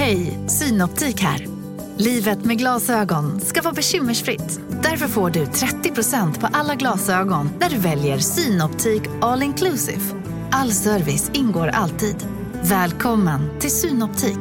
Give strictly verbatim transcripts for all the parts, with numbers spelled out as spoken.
Hej, Synoptik här. Livet med glasögon ska vara bekymmersfritt. Därför får du trettio procent på alla glasögon när du väljer Synoptik All Inclusive. All service ingår alltid. Välkommen till Synoptik.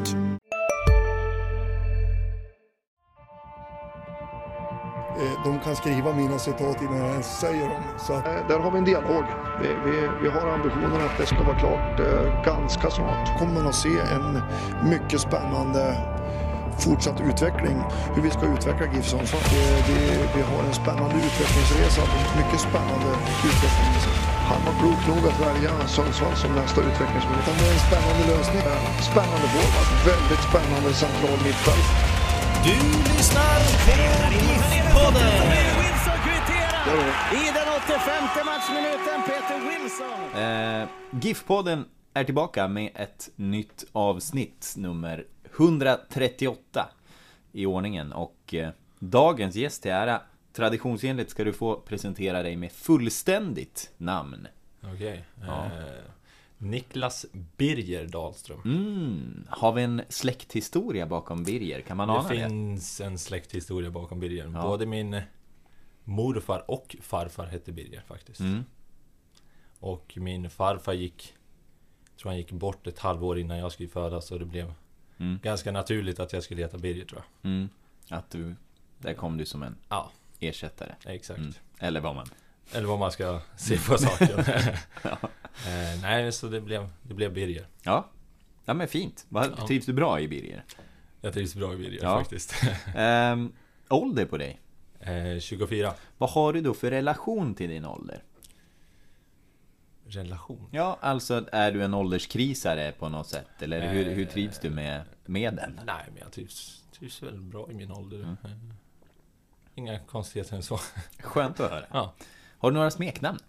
De kan skriva mina citat innan jag ens säger dem. Så att, där har vi en dialog. Vi, vi, vi har ambitionen att det ska vara klart eh, ganska snart. Kommer man att se en mycket spännande fortsatt utveckling. Hur vi ska utveckla GIF Sundsvall. Vi, vi har en spännande utvecklingsresa. Mycket spännande utveckling. Han var klok nog att välja Sundsvall som nästa utvecklingsmöjlighet. Det är en spännande lösning. Spännande forward. Väldigt spännande central mittfält. Du lyssnar på GIF-podden. I den åttiofemte matchminuten, Peter Wilson. Eh, GIF-podden är tillbaka med ett nytt avsnitt, nummer etthundratrettioåtta i ordningen. Och eh, dagens gäst till ära, traditionsenligt ska du få presentera dig med fullständigt namn. Okej. Okay. Ja. Eh, Niklas Birger Dahlström. Mm. Har vi en släkthistoria bakom Birger? Kan man ana det? Det finns en släkthistoria bakom Birger. Ja. Både min morfar och farfar hette Birger faktiskt. Mm. Och min farfar gick, tror han gick bort ett halvår innan jag skulle födas, så det blev mm. ganska naturligt att jag skulle heta Birger, tror jag. Mm. Att du, där kom du som en ja. ersättare. Exakt. Mm. Eller vad man Eller vad man ska se på saken. ja. eh, nej, så det blev, det blev Birger. Ja, ja men fint. Vad, ja. Trivs du bra i Birger? Jag trivs bra i Birger, ja. faktiskt. um, ålder på dig? Eh, tjugofyra. Vad har du då för relation till din ålder? Relation? Ja, alltså är du en ålderskrisare på något sätt? Eller eh, hur, hur trivs du med, med den? Nej, men jag trivs, trivs väl bra i min ålder. Mm. Inga konstigheter än så. Skönt att höra. Ja. Har du några smeknamn?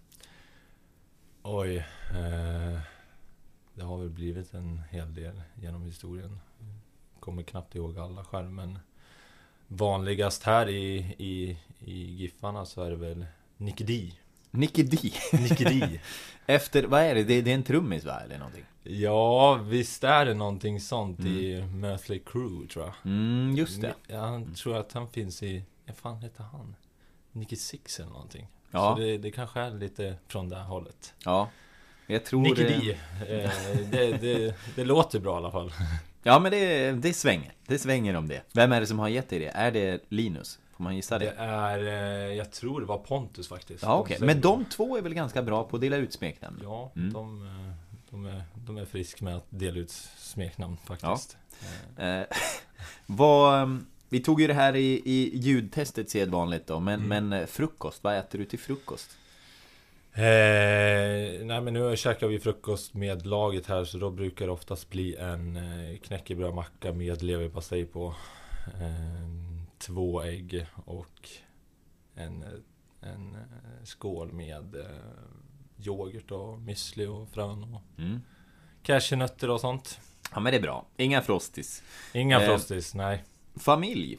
Oj, eh, det har väl blivit en hel del genom historien. Kommer knappt ihåg alla själv, men vanligast här i, i, i Giffarna så är det väl Nicky D. Nicky D. Nicky D. Efter, vad är det? det? Det är en trummis, va? Eller någonting? Ja, visst är det någonting sånt mm. i Mötley Crüe, tror jag. Mm, just det. Jag tror att han finns i, vad fan heter han? Nicky Six eller någonting. Ja. Så det, det kanske är lite från det här hållet. Ja, jag tror Nicky det... D. Eh, det, det, det låter bra i alla fall. Ja, men det, det svänger. Det svänger om det. Vem är det som har gett dig det? Är det Linus? Får man gissa det? Det är, eh, jag tror det var Pontus faktiskt. Ja, okej. Okay. Men de två är väl ganska bra på att dela ut smeknamn? Ja, mm. de, de, är, de är frisk med att dela ut smeknamn faktiskt. Ja. Eh, vad... Vi tog ju det här i, i ljudtestet sedvanligt då. Men, mm. men frukost, vad äter du till frukost? Eh, nej, men nu käkar vi frukost med laget här, så då brukar det oftast bli en eh, knäckebrödmacka med leverpastej på, eh, två ägg och en, en eh, skål med eh, yoghurt och müsli och frön och mm. cashewnötter och sånt. Ja, men det är bra. Inga frostis. Inga eh, frostis, nej. Familj?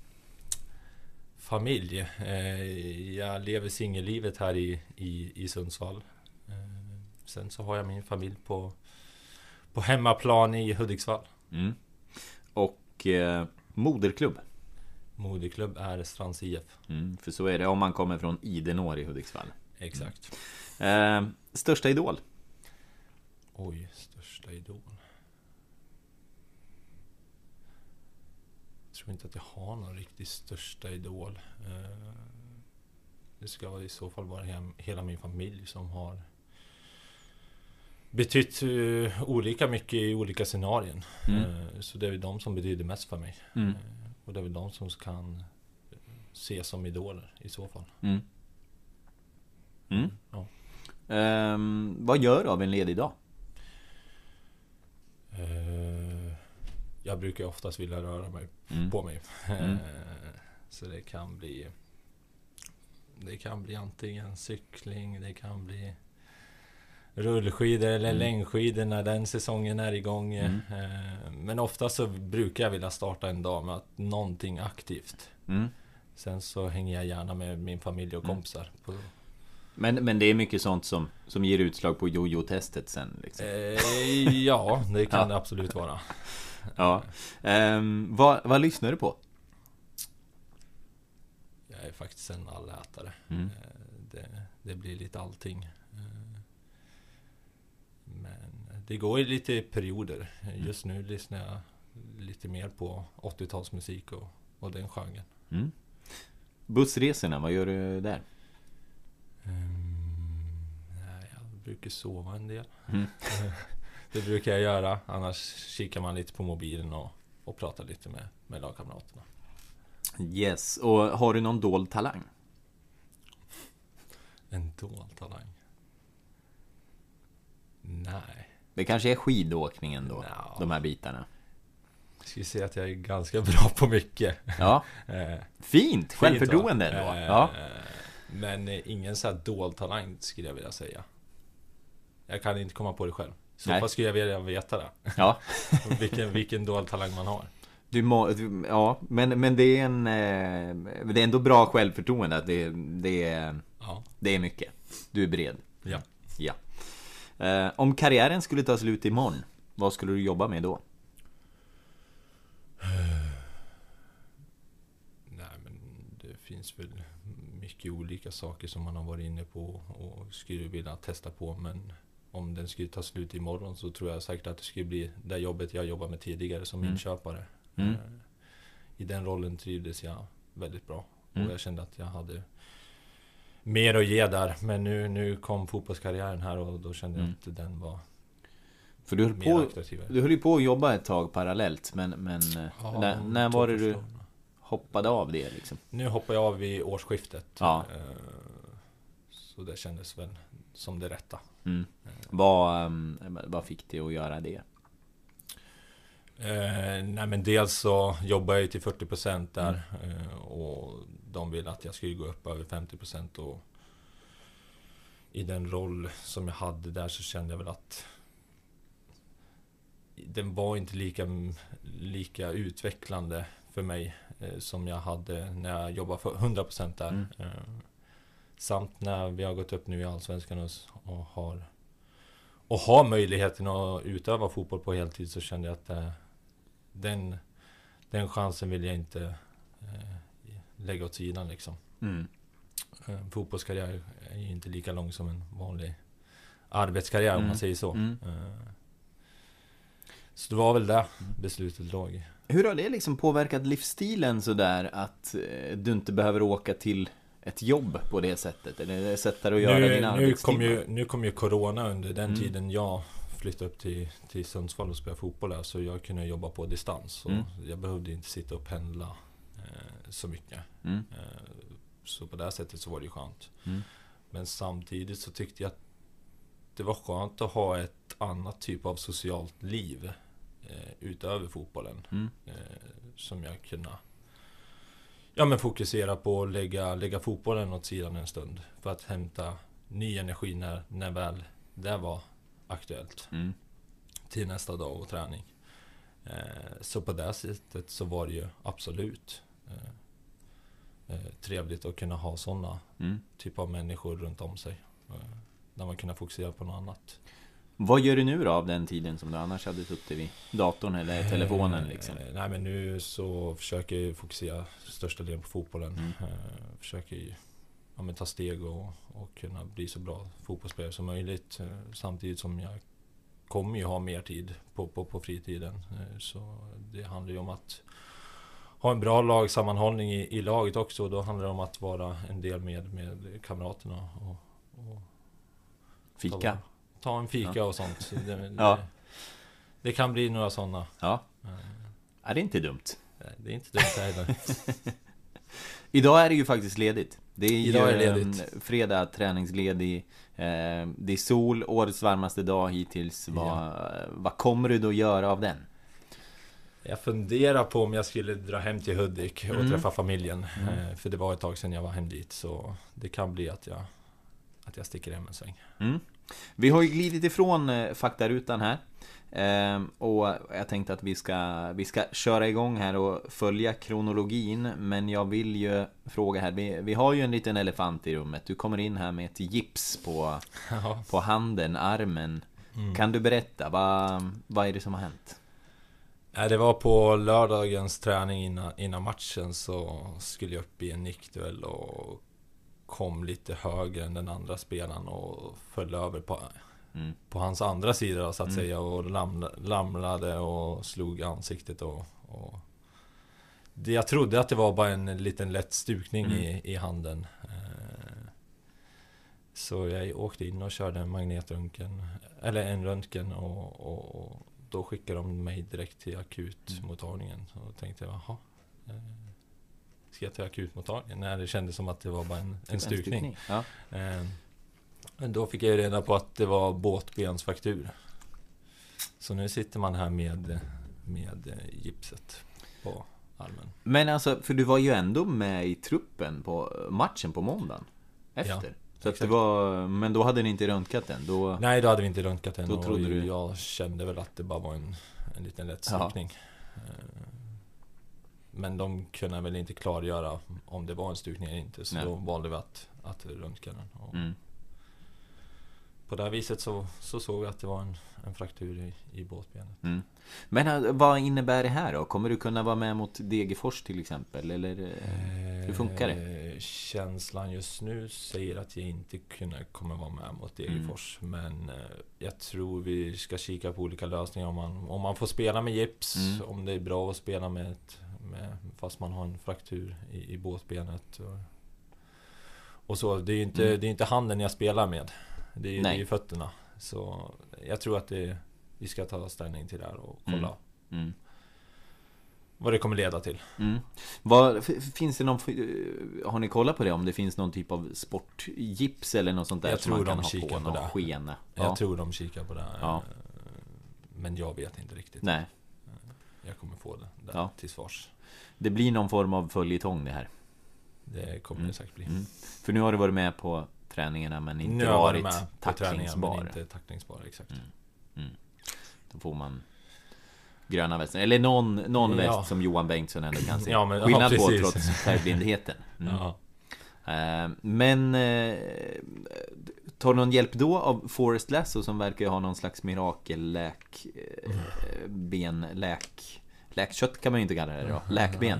Familj. Eh, jag lever singellivet här i, i, i Sundsvall. Eh, sen så har jag min familj på, på hemmaplan i Hudiksvall. Mm. Och eh, moderklubb? Moderklubb är Strands I F. Mm, för så är det om man kommer från Idenår i Hudiksvall. Exakt. Mm. Eh, största idol? Oj, största idol. Jag tror inte att jag har någon riktigt största idol. Det ska i så fall vara hela min familj som har betytt olika mycket i olika scenarier. Mm. Så det är väl de som betyder mest för mig. Mm. Och det är väl de som kan se som idoler i så fall. Mm. Mm. Ja. Um, vad gör du av en ledig dag? Uh, jag brukar oftast vilja röra mig mm. på mig. Mm. Så det kan bli det kan bli antingen cykling, det kan bli rullskidor eller mm. längdskidor när den säsongen är igång. Mm. Men ofta så brukar jag vilja starta en dag med att någonting aktivt. Mm. Sen så hänger jag gärna med min familj och kompisar. Mm. På... Men, men det är mycket sånt som, som ger utslag på jojo-testet sen liksom. Eh, ja, det kan ja. det absolut vara. Ja. Um, vad, vad lyssnar du på? Jag är faktiskt en allätare. Mm. Det, det blir lite allting. Men det går ju lite i perioder. Just nu lyssnar jag lite mer på åttiotalsmusik och, och den genren. Mm. Bussresorna, vad gör du där? Um, nej, jag brukar sova en del. Mm. Det brukar jag göra. Annars kikar man lite på mobilen och, och pratar lite med, med lagkamraterna. Yes, och har du någon dold talang? En dold talang? Nej. Det kanske är skidåkningen då, no. de här bitarna. Jag skulle säga att jag är ganska bra på mycket. Ja, fint, självförtroende då. Eh, ja. Men ingen så här dold talang skulle jag vilja säga. Jag kan inte komma på det själv. Så vad skulle jag vilja veta det? Ja. vilken, vilken dold talang man har. Du må, du, ja, men, men det är en eh, det är ändå bra självförtroende att det, det, är, ja. det är mycket. Du är bred. Ja. Ja. Eh, om karriären skulle ta slut imorgon, vad skulle du jobba med då? Nej, men det finns väl mycket olika saker som man har varit inne på och skulle vilja testa på, men om den skulle ta slut imorgon så tror jag säkert att det skulle bli det jobbet jag jobbar med tidigare som mm. inköpare. Mm. I den rollen trivdes jag väldigt bra. Mm. Och jag kände att jag hade mer att ge där. Men nu, nu kom fotbollskarriären här och då kände jag mm. att den var För du höll, på, du höll ju på att jobba ett tag parallellt. Men, men ja, när, när var det du hoppade av det liksom? Nu hoppade jag av vid årsskiftet. Ja. Så det kändes väl som det rätta. Mm. Vad, vad fick dig att göra det? Eh, nej men dels så jobbar jag till fyrtio procent där mm. eh, och de ville att jag skulle gå upp över femtio procent och i den roll som jag hade där så kände jag väl att den var inte lika, lika utvecklande för mig eh, som jag hade när jag jobbade för hundra procent där. Mm. Eh, samt när vi har gått upp nu i Allsvenskan och, och har och har möjligheten att utöva fotboll på heltid så kände jag att eh, den, den chansen vill jag inte eh, lägga åt sidan liksom. Mm. Eh, fotbollskarriär är ju inte lika lång som en vanlig arbetskarriär mm. om man säger så. Mm. Eh, så det var väl det beslutet låg. Hur har det liksom påverkat livsstilen så där att eh, du inte behöver åka till ett jobb på det sättet? Eller det sättet att göra nu, dina nu arbetstimmar? kom ju, nu kom ju corona under den mm. tiden jag flyttade upp till, till Sundsvall och spelade fotboll där, så jag kunde jobba på distans. Mm. Jag behövde inte sitta och pendla eh, så mycket. Mm. Eh, så på det sättet så var det ju skönt. Mm. Men samtidigt så tyckte jag att det var skönt att ha ett annat typ av socialt liv eh, utöver fotbollen. Mm. Eh, som jag kunde ja, men fokusera på att lägga, lägga fotbollen åt sidan en stund för att hämta ny energi när, när väl det var aktuellt mm. till nästa dag och träning. Eh, så på det sättet så var det ju absolut eh, eh, trevligt att kunna ha sådana mm. typ av människor runt om sig. Eh, där man kunde fokusera på något annat. Vad gör du nu då av den tiden som du annars hade suttit vid datorn eller telefonen liksom? Eh, nej men nu så försöker jag fokusera största delen på fotbollen. Mm. Eh, försöker ju ja, men ta steg och, och kunna bli så bra fotbollsspelare som möjligt. Eh, samtidigt som jag kommer ju ha mer tid på, på, på fritiden. Eh, så det handlar ju om att ha en bra lagsammanhållning i, i laget också. Och då handlar det om att vara en del med, med kamraterna. Och, och Fika? Ta, ta en fika ja. och sånt. Det, det, ja. det kan bli några sådana. Ja. Är det inte dumt? Nej, det är inte dumt heller. Idag är det ju faktiskt ledigt. Det är Idag ju är ledigt. fredag, träningsledig. Eh, det är sol, årets varmaste dag hittills. Vad, ja. vad kommer du då göra av den? Jag funderar på om jag skulle dra hem till Hudik och mm. träffa familjen. Mm. Eh, för det var ett tag sedan jag var hem dit. Så det kan bli att jag, att jag sticker hem en sväng. Mm. Vi har ju glidit ifrån eh, faktarutan här. Ehm, och jag tänkte att vi ska, vi ska köra igång här och följa kronologin. Men jag vill ju fråga här, vi, vi har ju en liten elefant i rummet. Du kommer in här med ett gips på, ja. på handen, armen. Mm. Kan du berätta, vad, vad är det som har hänt? Nej, det var på lördagens träning innan, innan matchen, så skulle jag upp i en nickduell och kom lite högre än den andra spelaren och föll över på, mm. på hans andra sida så att mm. säga, och lamlade och slog ansiktet och, och det, jag trodde att det var bara en liten lätt stukning mm. i, i handen. Så jag åkte in och körde en magnetröntgen, eller en röntgen, och, och, och då skickade de mig direkt till akutmottagningen. Så då tänkte jag, jaha, ska jag till akutmottagningen? Nej, det kändes som att det var bara en, en stukning. En stukning. Ja. Eh, då fick jag reda på att det var båtbensfraktur. Så nu sitter man här med, med gipset på armen. Men alltså, för du var ju ändå med i truppen på matchen på måndagen efter. Ja. Så att det var, men då hade ni inte röntgat den? Då, Nej, då hade vi inte röntgat den. Då trodde och du... Jag kände väl att det bara var en, en liten lätt stukning. Men de kunde väl inte klargöra om det var en stukning eller inte. Så Nej. Då valde vi att, att röntga den. Och mm. På det här viset så, så såg vi att det var en, en fraktur i, i båtbenet. Mm. Men vad innebär det här då? Kommer du kunna vara med mot Degerfors till exempel? Eller hur funkar det? Känslan just nu säger att jag inte kunna, kommer vara med mot Degerfors. Mm. Men jag tror vi ska kika på olika lösningar. Om man, om man får spela med gips, mm. om det är bra att spela med, ett, med fast man har en fraktur i, i båtbenet. Och, och så, det är ju inte, mm. det är inte handen jag spelar med. Det är ju, det är ju fötterna. Så jag tror att det, vi ska ta ställning till det här och kolla mm. Mm. vad det kommer leda till. Mm. Vad, finns det någon, har ni kollat på det? Om det finns någon typ av sportgips eller något sånt där? Jag som tror man kan de ha kikar på, på det. Skena. Jag ja. tror de kikar på det. Ja. Men jag vet inte riktigt. Nej. Jag kommer få det där ja. till svars. Det blir någon form av följetong det här. Det kommer mm. det säkert bli. Mm. För nu har du varit med på träningarna men inte varit med tacklingsbar. Men inte tacklingsbar, exakt. Mm. Mm. Då får man gröna västen. Eller någon, någon ja. väst som Johan Bengtsson ändå kan se. Ja, men, skillnad ja, på trots färgblindheten. Mm. Ja. Uh, men uh, tar någon hjälp då av Forrest Lasso som verkar ha någon slags mirakelläk uh, mm. benläk läkkött kan man ju inte kalla det då. Läkben.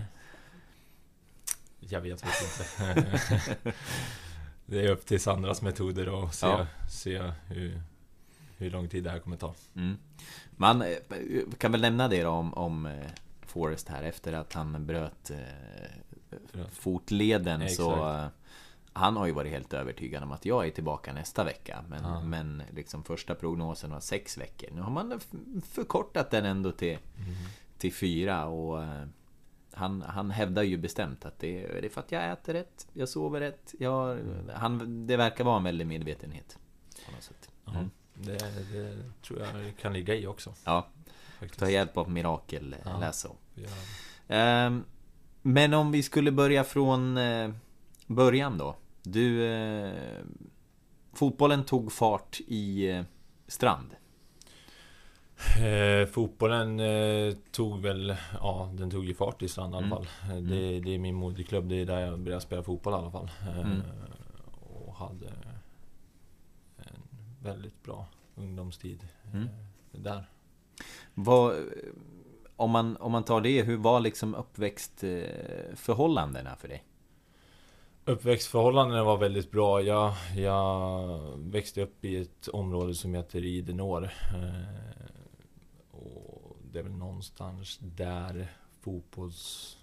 Jag vet inte. Det är upp till Sandras metoder och se, ja. se hur, hur lång tid det här kommer ta. Mm. Man kan väl nämna det då om, om Forrest här efter att han bröt eh, fotleden. Ja, så eh, han har ju varit helt övertygad om att jag är tillbaka nästa vecka. Men, ja. men liksom första prognosen var sex veckor. Nu har man förkortat den ändå till, mm. till fyra och eh, Han, han hävdar ju bestämt att det är, det är för att jag äter rätt, jag sover rätt. Jag, han, det verkar vara en väldig medvetenhet på något sätt. Mm. Det, det tror jag kan ligga i också. Ja, faktiskt. Ta hjälp av mirakel ja. läsa. Ja. Um, men om vi skulle börja från uh, början då. Du, uh, fotbollen tog fart i uh, Strand. Eh, fotbollen eh, tog väl, ja, den tog ju fart i Strand i alla fall. Mm. Det, det är min moderklubb, det är där jag började spela fotboll i alla fall. Eh, mm. Och hade en väldigt bra ungdomstid eh, mm. där. Vad, om, man, om man tar det, hur var liksom uppväxtförhållandena för dig? Uppväxtförhållandena var väldigt bra. Jag, jag växte upp i ett område som heter Idenår. Eh, och det är väl någonstans där fotbolls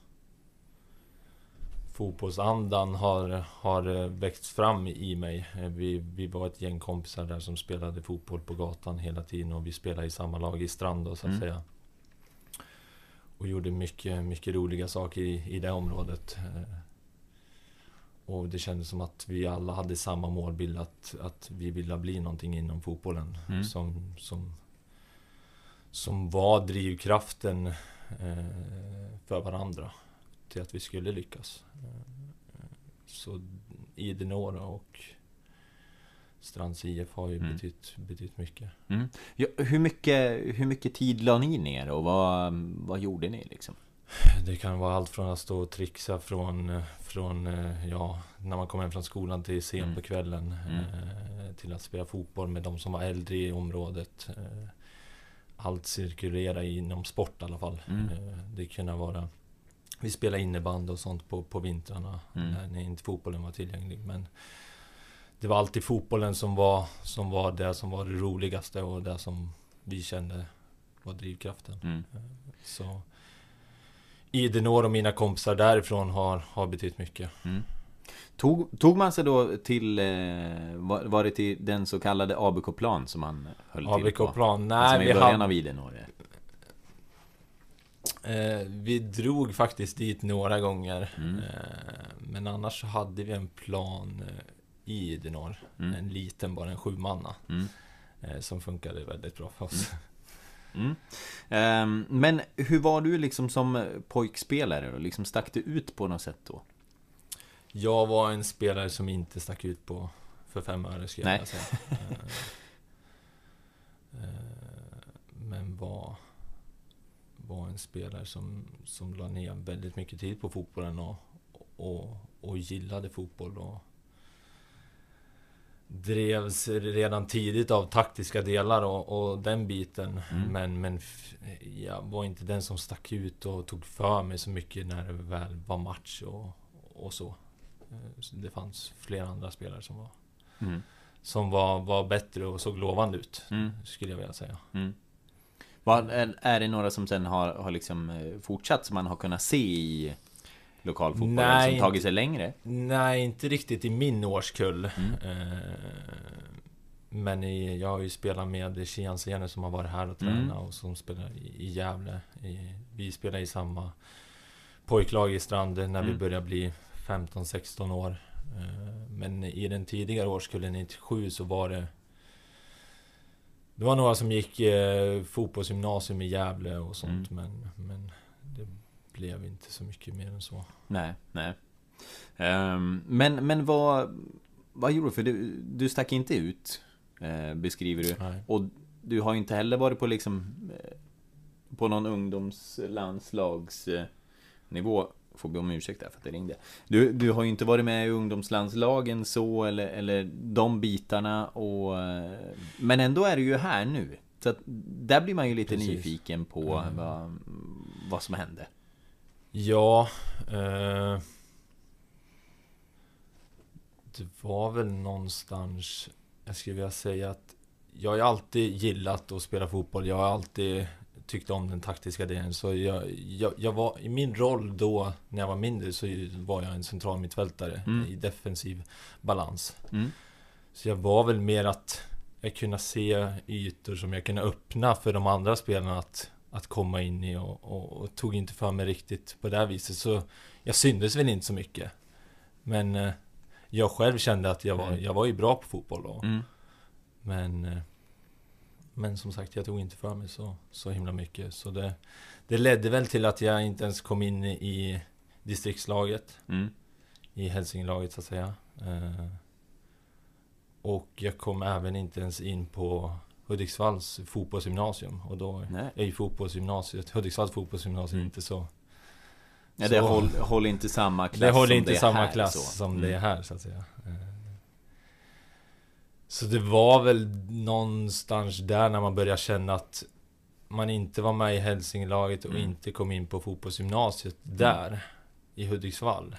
fotbollsandan har, har växt fram i mig. Vi, vi var ett gäng kompisar där som spelade fotboll på gatan hela tiden och vi spelade i samma lag i Strand då, så att mm. säga. Och gjorde mycket, mycket roliga saker i, i det området. Och det kändes som att vi alla hade samma målbild, att, att vi ville bli någonting inom fotbollen mm. som, som, som var drivkraften eh, för varandra till att vi skulle lyckas. Så Idenår och Strands I F har ju mm. betytt, betytt mycket. Mm. Ja, hur mycket. Hur mycket tid la ni ner och vad, vad gjorde ni liksom? Det kan vara allt från att stå och trixa från, från ja, när man kommer hem från skolan till sen mm. på kvällen mm. eh, till att spela fotboll med de som var äldre i området. Eh, allt cirkulerar inom sport i alla fall. Mm. Det kunde vara, vi spelar innebandy och sånt på, på vintrarna mm. när, när inte fotbollen var tillgänglig, men det var alltid fotbollen som var, som var det som var det roligaste och det som vi kände var drivkraften. Mm. Så Idenor och mina kompisar därifrån har, har betytt mycket. Mm. Tog, tog man sig då till, eh, var, var det till den så kallade A B K-plan som man höll A B K-plan, till på? A B K-plan, nej. Som i början av Idenor. Eh, vi drog faktiskt dit några gånger. Mm. Eh, men annars så hade vi en plan eh, i Idenor. Mm. En liten, bara en sjumanna. Mm. Eh, som funkade väldigt bra för oss. Mm. Mm. Um, men hur var du liksom som pojkspelare då? Liksom stack du ut på något sätt då? Jag var en spelare som inte stack ut på för fem öre, skulle jag säga. Men var, var en spelare som, som la ner väldigt mycket tid på fotbollen och, och, och gillade fotboll och drevs redan tidigt av taktiska delar och, och den biten. Mm. Men, men jag var inte den som stack ut och tog för mig så mycket när det väl var match och, och så. Det fanns flera andra spelare som var mm. som var, var bättre och såg lovande ut, mm. skulle jag vilja säga. Mm. Var, är, är det några som sen har, har liksom fortsatt som man har kunnat se i lokalfotbollen nej, som tagit sig längre? Nej, inte riktigt i min årskull. Mm. Eh, men i, jag har ju spelat med Kian Sene som har varit här och tränat mm. och som spelar i, i Gävle. I, vi spelar i samma pojklag i Strand när mm. vi börjar bli femton sexton år. Men i den tidigare årskullen nittiosju så var det det var några som gick eh, fotbollsgymnasium i Gävle och sånt mm. men, men det blev inte så mycket mer än så. Nej, nej. Um, men, men vad vad gjorde du? För du, du stack inte ut eh, beskriver du. Nej. Och du har inte heller varit på liksom eh, på någon ungdomslandslagsnivå. Får be om ursäkt där för att det ringde. Du, du har ju inte varit med i ungdomslandslagen så eller, eller de bitarna och, men ändå är du ju här nu. Så att där blir man ju lite Precis. nyfiken på mm. vad, vad som hände. Ja eh, det var väl någonstans, jag skulle vilja säga att jag har alltid gillat att spela fotboll. Jag har alltid tyckte om den taktiska delen. Så jag, jag, jag var i min roll då när jag var mindre så var jag en central mittfältare mm. i defensiv balans. Mm. Så jag var väl mer att jag kunde se ytor som jag kunde öppna för de andra spelarna att, att komma in i och, och, och tog inte för mig riktigt på det här viset. Så jag syndes väl inte så mycket. Men eh, jag själv kände att jag var, mm. jag var ju bra på fotboll då. Mm. Men eh, Men som sagt, jag tog inte för mig så, så himla mycket. Så det, det ledde väl till att jag inte ens kom in i distriktslaget. Mm. I Hälsingelaget så att säga. Eh, och jag kom även inte ens in på Hudiksvalls fotbollsgymnasium. Och då Nej. är ju fotbollsgymnasiet, Hudiksvalls fotbollsgymnasium mm. inte så... Ja, det håller håll inte samma klass det håller inte som det samma här, klass så. som mm. det är här så att säga. Eh, Så det var väl någonstans där när man började känna att man inte var med i Hälsingelaget och mm. inte kom in på fotbollsgymnasiet där mm. i Hudiksvall.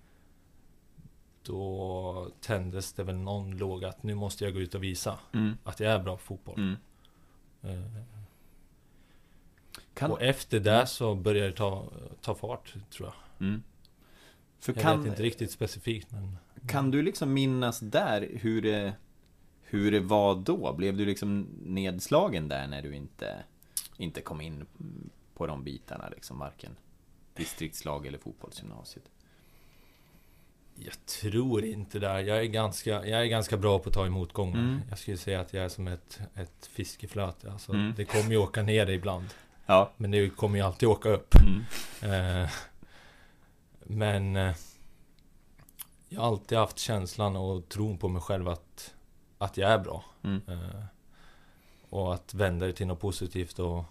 Då tändes det väl någon låg att nu måste jag gå ut och visa mm. att jag är bra på fotboll. Mm. Uh, kan... Och efter det så började det ta, ta fart, tror jag. Mm. För jag kan... vet inte riktigt specifikt. Men... Kan du liksom minnas där hur det... Hur det var då? Blev du liksom nedslagen där när du inte, inte kom in på de bitarna liksom, varken distriktslag eller fotbollsgymnasiet? Jag tror inte där. Jag är ganska, jag är ganska bra på att ta emot gångar. Mm. Jag skulle säga att jag är som ett, ett fiskeflöte. Alltså, mm. det kommer ju åka ner ibland. Ja. Men det kommer ju alltid åka upp. Mm. Eh, men eh, jag har alltid haft känslan och tron på mig själv att att jag är bra. Mm. Uh, och att vända det till något positivt och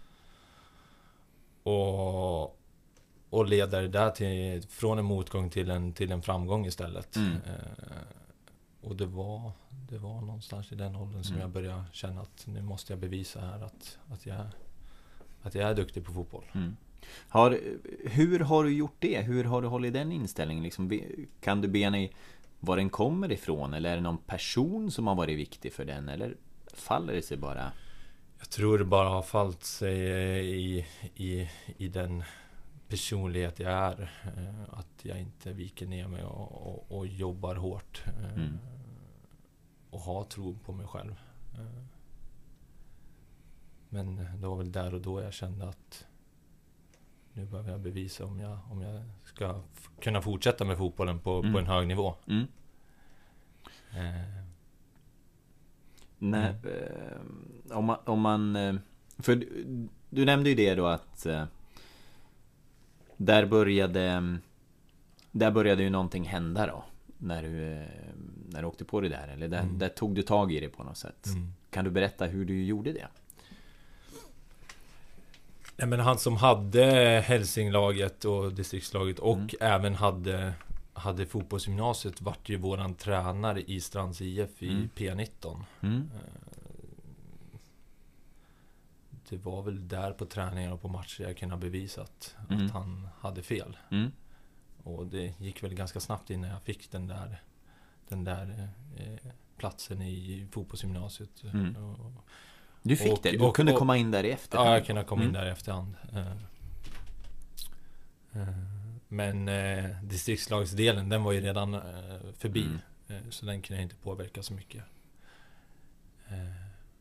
och, och leda det där till, från en motgång till en, till en framgång istället. Mm. Uh, och det var det var någonstans i den åldern som mm. jag började känna att nu måste jag bevisa här att, att, jag, att jag är duktig på fotboll. Mm. Har, hur har du gjort det? Hur har du hållit den inställningen? Liksom, kan du bena i var den kommer ifrån? Eller är det någon person som har varit viktig för den? Eller faller det sig bara? Jag tror det bara har fallit sig i, i, i den personlighet jag är. Att jag inte viker ner mig och, och, och jobbar hårt. Mm. Och har tro på mig själv. Men det var väl där och då jag kände att nu behöver jag bevisa om jag, om jag ska f- kunna fortsätta med fotbollen på, mm. på en hög nivå. Mm. Eh. Nej, mm. eh, om, man, om man... För du, du nämnde ju det då att eh, där började där började ju någonting hända då. När du, eh, när du åkte på det där. Eller där, mm. där tog du tag i det på något sätt. Mm. Kan du berätta hur du gjorde det? Ja, men han som hade Hälsinglaget och distriktslaget och mm. även hade, hade fotbollsgymnasiet vart ju våran tränare i Strands I F i mm. P nitton. Mm. Det var väl där på träningar och på matcher jag kunde ha bevisat mm. att han hade fel. Mm. Och det gick väl ganska snabbt innan jag fick den där, den där eh, platsen i fotbollsgymnasiet. Mm. Och, Du fick och, det? Du och, kunde och, komma in där i efterhand? Ja, jag kunde komma in mm. där i efterhand. Uh, uh, men uh, distriktslagsdelen, den var ju redan uh, förbi. Mm. Uh, så den kunde jag inte påverka så mycket. Uh, men,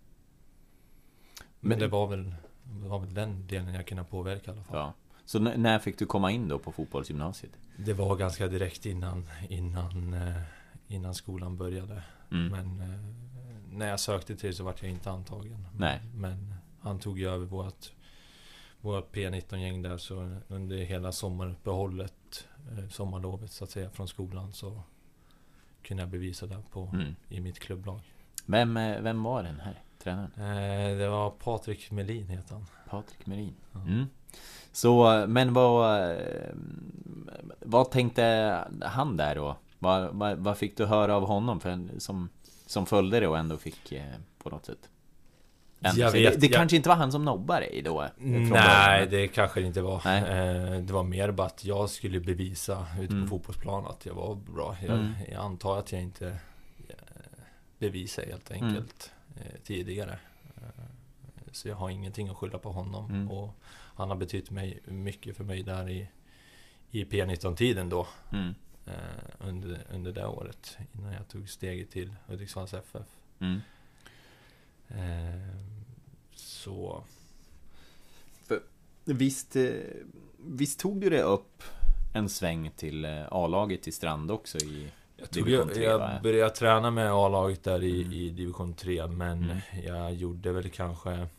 men det var, väl, det var väl den delen jag kunde påverka i alla fall. Ja. Så n- när fick du komma in då på fotbollsgymnasiet? Det var ganska direkt innan, innan, uh, innan skolan började. Mm. Men... Uh, när jag sökte till så var jag inte antagen. Nej. Men han tog ju över vårt, vårt P nitton-gäng där, så under hela sommaruppehållet, eh, sommarlovet så att säga, från skolan, så kunde jag bevisa det på, mm. i mitt klubblag. Vem, vem var den här tränaren? Eh, det var Patrik Melin heter han. Patrik Melin. Ja. Mm. Så, men vad, vad tänkte han där då? Vad, vad, vad fick du höra av honom för, som... som följde det och ändå fick eh, på något sätt. Jag vet, det det jag... kanske inte var han som nobbade dig då? Nej, början. Det kanske det inte var. Eh, det var mer bara att jag skulle bevisa ute mm. på fotbollsplan att jag var bra. Jag, mm. jag antar att jag inte eh, bevisade helt enkelt mm. eh, tidigare. Eh, så jag har ingenting att skylla på honom. Mm. Och han har betytt mig mycket för mig där i, i P nitton-tiden då. Mm. Uh, under, under det året innan jag tog steget till Hudiksvalls F F. Mm. Uh, så för, visst, visst tog du det upp en sväng till A-laget i Strand också i jag division tre? Jag, jag började träna med A-laget där i, mm. i division tre, men mm. jag gjorde väl kanske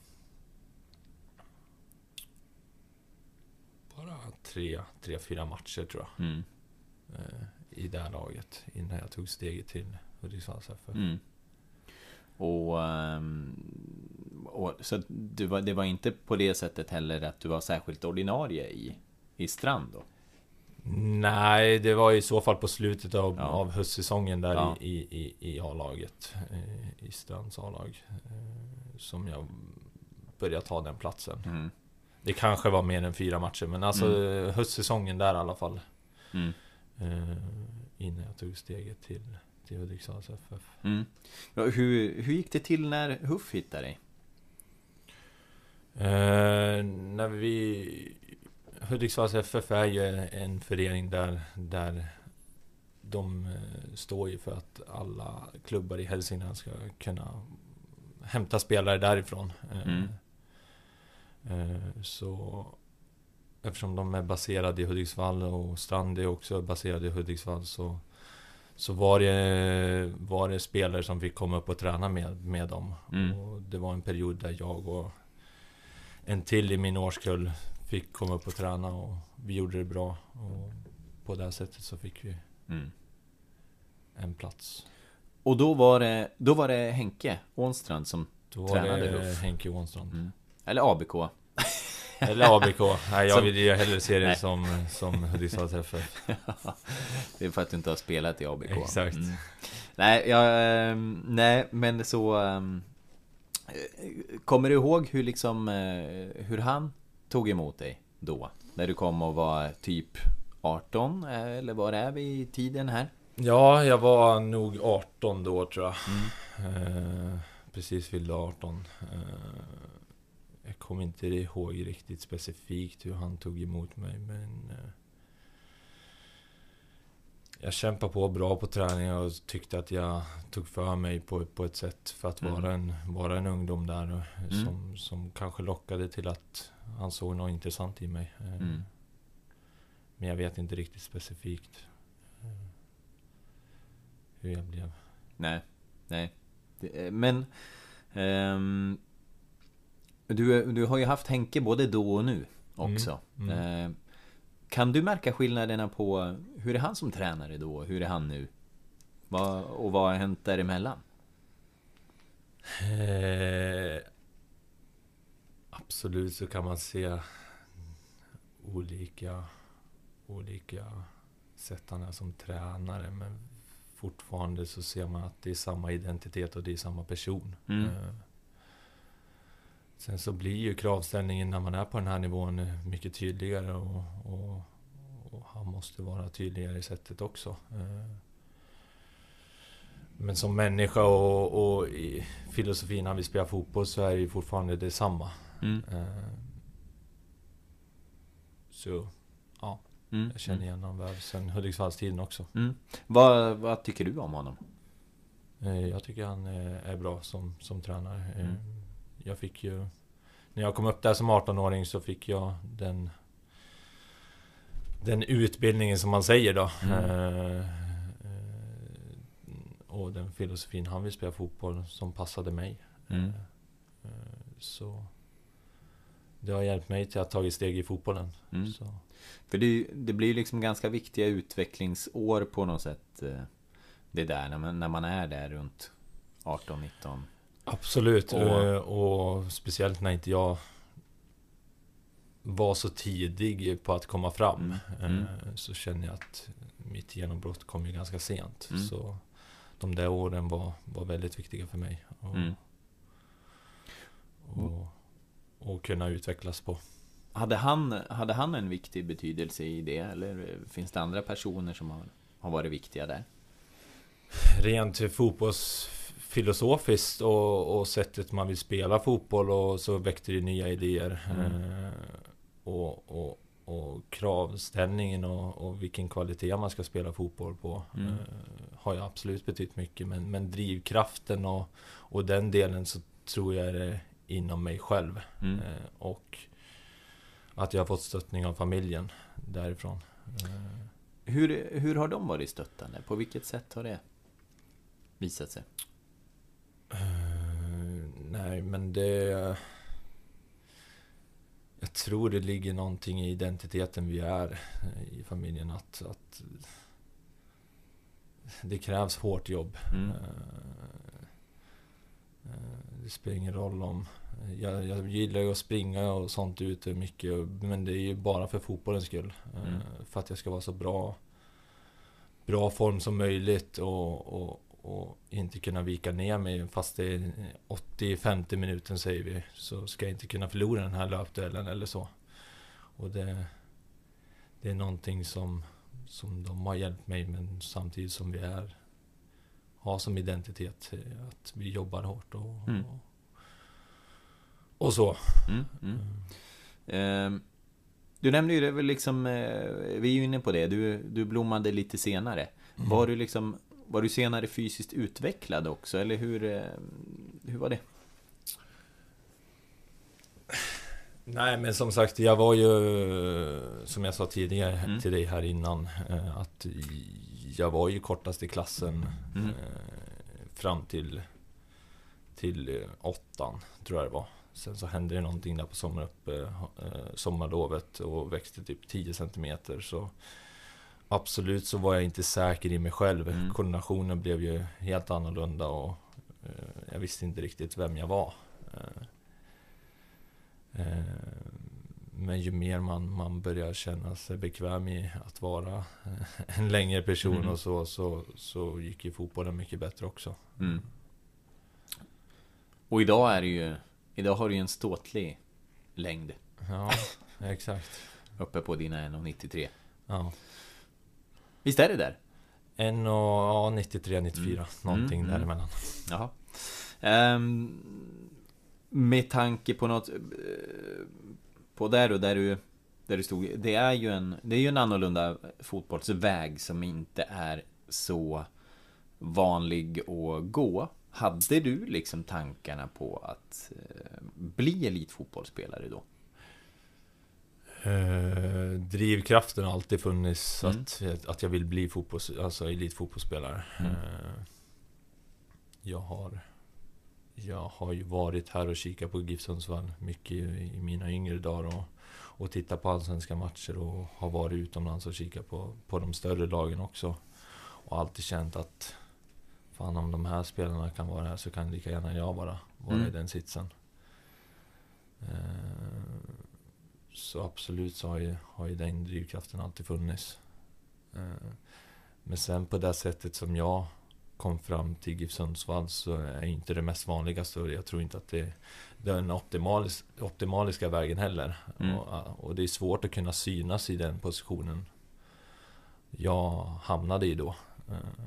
bara tre, tre fyra matcher tror jag. Mm. I det här laget innan jag tog steget till Hudiksvalls F F. Mm. Och, och så du var, det var inte på det sättet heller att du var särskilt ordinarie i, i Strand då? Nej, det var i så fall på slutet av, ja. av höstsäsongen där ja. i, i, i A-laget, i Strands A-lag, som jag började ta den platsen. Mm. Det kanske var mer än fyra matcher, men alltså mm. höstsäsongen där i alla fall. Mm. Uh, innan jag tog steget till, till Hudiksvalls F F. Mm. Ja, hur, hur gick det till när Huff hittade dig? Uh, när vi Hudiksvalls F F är ju en förening där, där de uh, står ju för att alla klubbar i Hälsingland ska kunna hämta spelare därifrån. Uh, mm. uh, så eftersom de är baserade i Hudiksvall och Strand är också baserade i Hudiksvall, så, så var, det, var det spelare som fick komma upp och träna med, med dem. Mm. Och det var en period där jag och en till i min årskull fick komma upp och träna, och vi gjorde det bra. Och på det sättet så fick vi mm. en plats. Och då var det, då var det Henke Ånstrand som då tränade Då var det Henke Ånstrand. Mm. Eller A B K. Eller A B K. Nej, jag som... vill ju hellre se det som, som Hudiksvalls F F. Det är för att du inte har spelat i A B K. Exakt. Mm. Nej, jag, nej, men så... Um, kommer du ihåg hur, liksom, hur han tog emot dig då? När du kom och var typ arton, eller var är vi i tiden här? Ja, jag var nog arton då, tror jag. Mm. Eh, precis fyllde arton. Eh, jag kommer inte ihåg riktigt specifikt hur han tog emot mig, men eh, jag kämpade på bra på träning och tyckte att jag tog för mig på, på ett sätt för att vara, mm. en, vara en ungdom där mm. som, som kanske lockade till att han såg något intressant i mig. Eh, mm. Men jag vet inte riktigt specifikt eh, hur jag blev. Nej, nej. Men um, du, du har ju haft Henke både då och nu också. Mm, mm. Uh, kan du märka skillnaderna på hur är han som tränare då? Hur är han nu? Vad, och vad har hänt däremellan? Eh, absolut så kan man se olika olika sätt han är som tränare, men fortfarande så ser man att det är samma identitet och det är samma person. Mm. Uh, sen så blir ju kravställningen när man är på den här nivån mycket tydligare och, och, och han måste vara tydligare i sättet också. Uh, men som människa och, och i filosofin när vi spelar fotboll så är det ju fortfarande detsamma. Mm. Uh, så ja. Mm, jag känner igen honom väl sen Hudiksvallstiden också. Mm. Vad, vad tycker du om honom? Jag tycker han är bra som, som tränare. Mm. Jag fick ju, när jag kom upp där som arton-åring så fick jag den den utbildningen som man säger då. Mm. Och den filosofin han vill spela fotboll som passade mig. Mm. Så det har hjälpt mig till att ta ett steg i fotbollen. Mm. Så. För det, det blir liksom ganska viktiga utvecklingsår på något sätt. Det där när man, när man är där runt arton nitton. Absolut. Och, och speciellt när inte jag var så tidig på att komma fram. Mm. Mm. Så känner jag att mitt genombrott kom ju ganska sent. Mm. Så de där åren var, var väldigt viktiga för mig. Och, mm. och, och kunna utvecklas på. Hade han, hade han en viktig betydelse i det? Eller finns det andra personer som har, har varit viktiga där? Rent fotbollsfilosofiskt och, och sättet man vill spela fotboll, och så väckte det nya idéer. Mm. Eh, och, och, och kravställningen och, och vilken kvalitet man ska spela fotboll på mm. eh, har ju absolut betytt mycket. Men, men drivkraften och, och den delen så tror jag är det inom mig själv. Mm. Eh, och att jag har fått stöttning av familjen därifrån. Hur, hur har de varit stöttande? På vilket sätt har det visat sig? Uh, nej, men det... Jag tror det ligger någonting i identiteten vi är i familjen. Att, att det krävs hårt jobb. Mm. Uh, uh, det spelar ingen roll om... Jag, jag gillar ju att springa och sånt ute mycket, men det är ju bara för fotbollens skull. Mm. För att jag ska vara så bra bra form som möjligt och, och, och inte kunna vika ner mig. Fast det är åttio femtio minuter säger vi, så ska jag inte kunna förlora den här löpduellen eller så. Och det, det är någonting som, som de har hjälpt mig, men samtidigt som vi är har som identitet att vi jobbar hårt och, mm. och Och så. Mm, mm. Mm. Eh, du nämnde ju det väl liksom, eh, vi är ju inne på det, du, du blommade lite senare. Mm. Var du liksom, var du senare fysiskt utvecklad också, eller hur, eh, hur var det? Nej, men som sagt, jag var ju, som jag sa tidigare mm. till dig här innan, eh, att jag var ju kortast i klassen mm. eh, fram till, till åttan, tror jag det var. Sen så hände det någonting där på sommar upp, eh, sommarlovet och växte typ tio centimeter. Så absolut så var jag inte säker i mig själv. Mm. Koordinationen blev ju helt annorlunda och eh, jag visste inte riktigt vem jag var. Eh, eh, men ju mer man, man börjar känna sig bekväm i att vara en längre person mm. och så, så, så gick ju fotbollen mycket bättre också. Mm. Och idag är det ju, idag har du ju en ståtlig längd. Ja, exakt. Uppe på dina en komma nittiotre. Ja. Visst är det där? en komma nittiotre nittiofyra, mm. någonting mm. däremellan. Jaha. Um, med tanke på något på där och där du där du stod, det är ju en det är ju en annorlunda fotbollsväg som inte är så vanlig att gå. Hade du liksom tankarna på att eh, bli elitfotbollsspelare då? Eh, drivkraften har alltid funnits mm. att, att jag vill bli fotbolls, alltså elitfotbollsspelare. Mm. Eh, jag har jag har ju varit här och kikat på GIF Sundsvall mycket i, i mina yngre dagar och, och tittat på allsvenska matcher och har varit utomlands och kikat på, på de större lagen också. Och alltid känt att fan, om de här spelarna kan vara här så kan lika gärna jag vara, vara mm. i den sitsen. Eh, så absolut så har ju, har ju den drivkraften alltid funnits. Eh, men sen på det sättet som jag kom fram till GIF Sundsvall så är inte det mest vanligaste, och jag tror inte att det, det är den optimalis, optimaliska vägen heller. Mm. Och, och det är svårt att kunna synas i den positionen jag hamnade i då. Eh,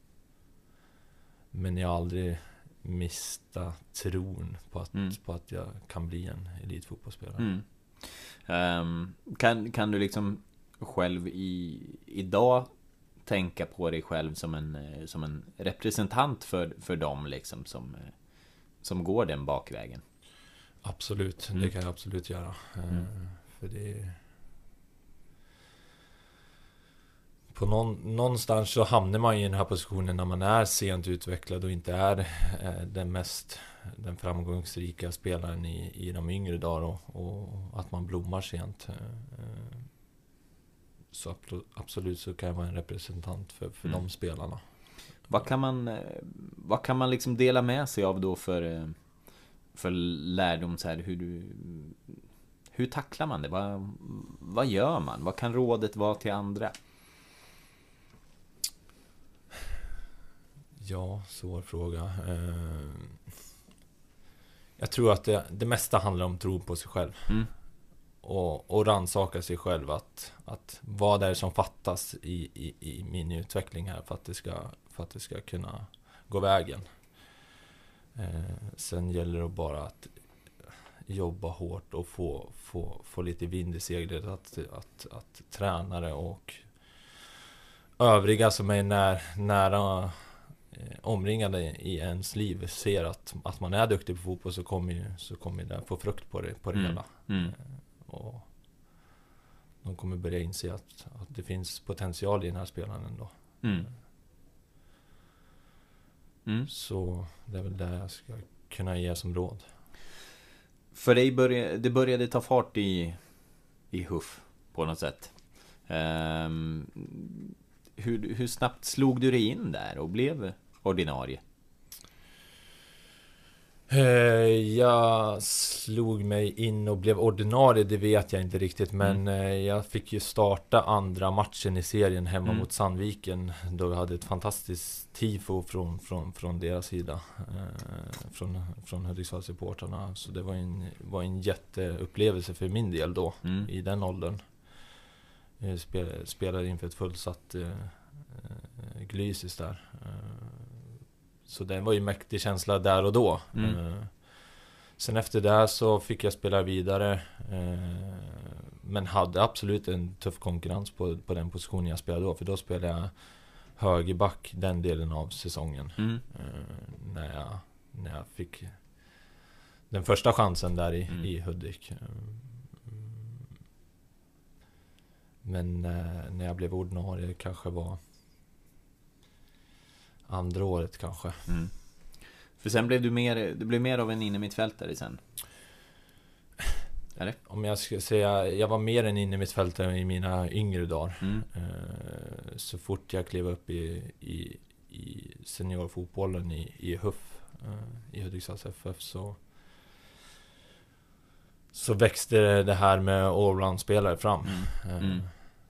Men jag har aldrig mista tron på att, mm. på att jag kan bli en elitfotbollsspelare. Mm. Um, kan, kan du liksom själv i, idag tänka på dig själv som en, som en representant för, för dem liksom, som, som går den bakvägen? Absolut, mm. det kan jag absolut göra. Mm. Uh, för det På någon, någonstans så hamnar man i den här positionen när man är sent utvecklad och inte är eh, den mest den framgångsrika spelaren i, i de yngre dagar, och, och att man blommar sent. Eh, så absolut så kan jag vara en representant för, för mm. de spelarna. Vad kan man, vad kan man liksom dela med sig av då för, för lärdom så här, hur du hur tacklar man det? Vad, vad gör man? Vad kan rådet vara till andra? Ja, svår fråga. Jag tror att det, det mesta handlar om tro på sig själv. Mm. Och, och rannsaka sig själv. Att, att vad är det som fattas i, i, i min utveckling här för att det ska, för att det ska kunna gå vägen. Sen gäller det bara att jobba hårt och få, få, få lite vind i seglet. Att, att, att tränare och övriga som är när, nära omringade i ens liv ser att, att man är duktig på fotboll, så kommer ju, så kommer det få frukt på det, på det mm. hela. Mm. Och de kommer börja inse att, att det finns potential i den här spelaren ändå. Mm. Mm. Så det är väl det jag ska kunna ge som råd. För dig började, det började ta fart i, i Huff på något sätt. Um, hur, hur snabbt slog du dig in där och blev ordinarie? Jag slog mig in och blev ordinarie, det vet jag inte riktigt. Men mm. jag fick ju starta andra matchen i serien hemma mm. mot Sandviken. Då vi hade ett fantastiskt tifo från, från, från deras sida. Från, från Hudiksvall-supportarna. Så det var en, var en jätteupplevelse för min del då, mm. i den åldern. Jag spelade, spelade inför ett fullsatt uh, Glysis där. Uh, Så det var ju mäktig känsla där och då. Mm. Uh, sen efter det så fick jag spela vidare. Uh, men hade absolut en tuff konkurrens på, på den positionen jag spelade då. För då spelade jag högerback den delen av säsongen. Mm. Uh, när, jag, när jag fick den första chansen där i, mm. i Hudik. Uh, men uh, när jag blev ordinarie kanske var andra året kanske. Mm. För sen blev du mer, det blev mer av en innermittfältare sen. Eller? Om jag ska säga, jag var mer en innermittfältare i mina yngre dagar. Mm. Så fort jag klev upp i, i, i seniorfotbollen i, i Huff, i Hudiksvalls F F, så så växte det här med allround-spelare fram. Mm. Mm.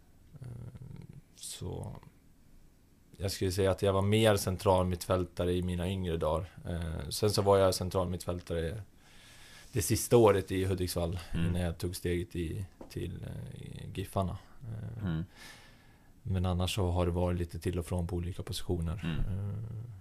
Så jag skulle säga att jag var mer central mittfältare i mina yngre dagar. Sen så var jag central mittfältare det sista året i Hudiksvall, mm. innan jag tog steget i, till i Giffarna. Mm. Men annars så har det varit lite till och från på olika positioner. Mm.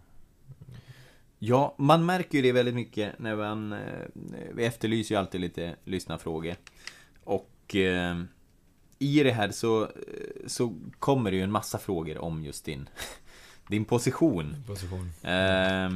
Ja, man märker ju det väldigt mycket när man, vi efterlyser ju alltid lite lyssnarfrågor. Och eh, i det här så, så kommer det ju en massa frågor om just din, din position. position. Eh,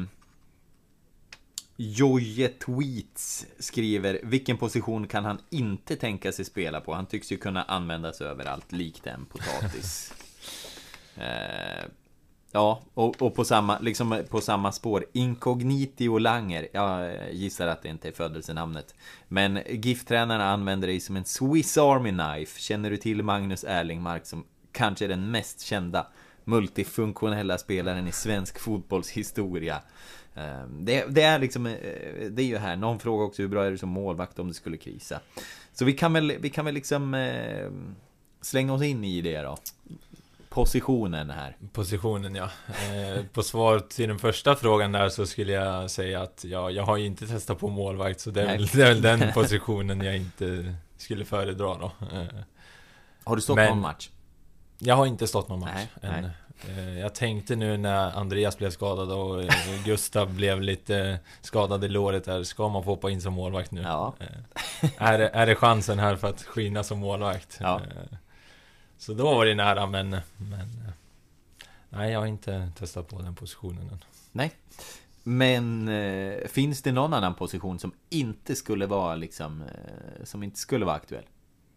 Joje Tweets skriver: vilken position kan han inte tänka sig spela på? Han tycks ju kunna användas överallt, likt en potatis. eh, Ja, och, och på samma liksom på samma spår. Incognitio Langer. Jag gissar att det inte är födelsenamnet. Men GIF-tränarna använder dig som en Swiss Army knife. Känner du till Magnus Erlingmark, som kanske är den mest kända multifunktionella spelaren i svensk fotbollshistoria? Det, det är liksom det är ju här. Någon fråga också: hur bra är du som målvakt om det skulle krisa? Så vi kan väl vi kan väl liksom eh, slänga oss in i det då. Positionen här. Positionen, ja. Eh, på svar till den första frågan där så skulle jag säga att ja, jag har inte testat på målvakt, så det är, väl, det är väl den positionen jag inte skulle föredra då. Eh, har du stått men, någon match? Jag har inte stått någon match nej, än. Nej. Eh, jag tänkte nu när Andreas blev skadad och Gustav blev lite skadad i låret där, ska man få hoppa in som målvakt nu? Ja. Eh, är, är det chansen här för att skina som målvakt? Ja. Eh, Så då var det nära, men, men nej, jag har inte testat på den positionen än. Nej. Men eh, finns det någon annan position som inte skulle vara liksom eh, som inte skulle vara aktuell?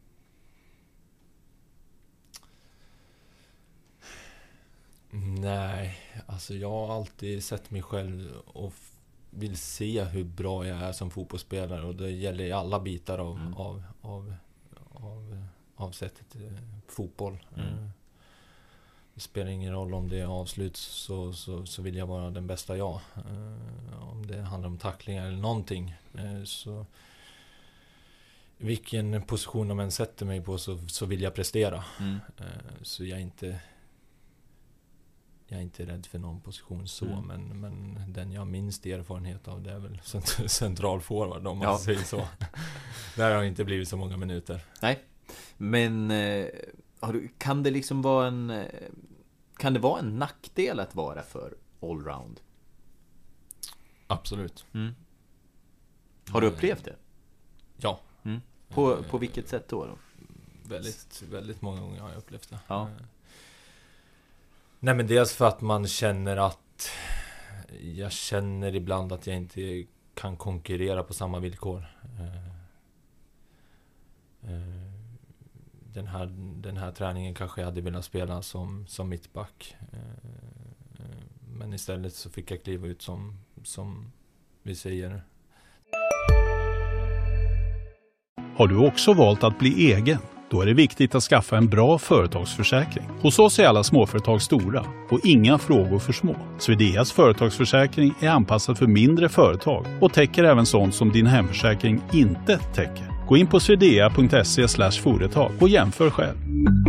Nej, alltså jag har alltid sett mig själv och vill se hur bra jag är som fotbollsspelare, och det gäller i alla bitar av mm. av, av, av av sättet eh, fotboll. Mm. Eh, det spelar ingen roll om det är avslut, så, så, så vill jag vara den bästa jag. Eh, om det handlar om tacklingar eller någonting. Eh, så vilken position de än sätter mig på, så, så vill jag prestera. Mm. Eh, så jag är inte jag är inte rädd för någon position så, mm. men, men den jag har minst erfarenhet av, det är väl cent- central forward, om man ja. säger så. Där har inte blivit så många minuter. Nej. Men eh, har du, kan det liksom vara en eh, kan det vara en nackdel att vara för allround? Absolut. Mm. Har du upplevt det? Ja. Mm. På, på vilket sätt då? då? Väldigt, väldigt många gånger har jag upplevt det. Ja. Nej, men dels för att man känner att jag känner ibland att jag inte kan konkurrera på samma villkor. Den här, den här träningen kanske jag hade velat spela som, som mittback. Men istället så fick jag kliva ut som, som vi säger. Har du också valt att bli egen? Då är det viktigt att skaffa en bra företagsförsäkring. Hos oss är alla småföretag stora och inga frågor för små. Swedeas företagsförsäkring är anpassad för mindre företag och täcker även sånt som din hemförsäkring inte täcker. Gå in på swedea punkt se slash företag och jämför själv.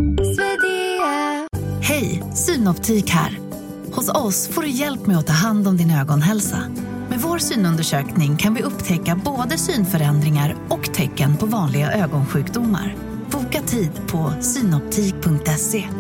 Hej, Synoptik här. Hos oss får du hjälp med att ta hand om din ögonhälsa. Med vår synundersökning kan vi upptäcka både synförändringar och tecken på vanliga ögonsjukdomar. Boka tid på synoptik punkt se.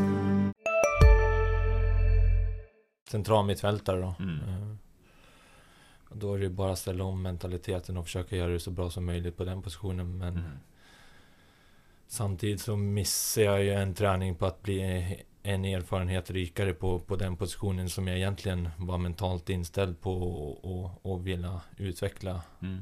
Central mittfältare då. Mm. Då är det bara att ställa om mentaliteten och försöka göra det så bra som möjligt på den positionen. Men mm. samtidigt så missar jag ju en träning på att bli en erfarenhet rikare på, på den positionen som jag egentligen var mentalt inställd på och, och, och vilja utveckla. Mm.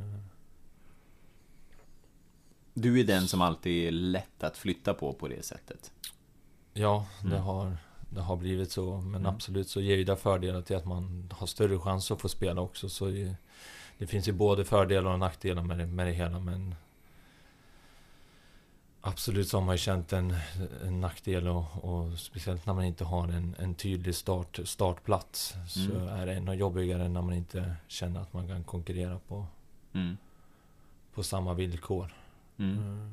Du är den som alltid är lätt att flytta på på det sättet. Ja, det, mm. har, det har blivit så. Men mm. absolut så ger ju det fördelar till att man har större chans att få spela också. Så det, det finns ju både fördelar och nackdelar med det, med det hela. Men absolut så har man ju känt en, en nackdel. Och, och speciellt när man inte har en, en tydlig start, startplats. Mm. Så är det ännu jobbigare när man inte känner att man kan konkurrera på, mm. på samma villkor. Mm. Mm.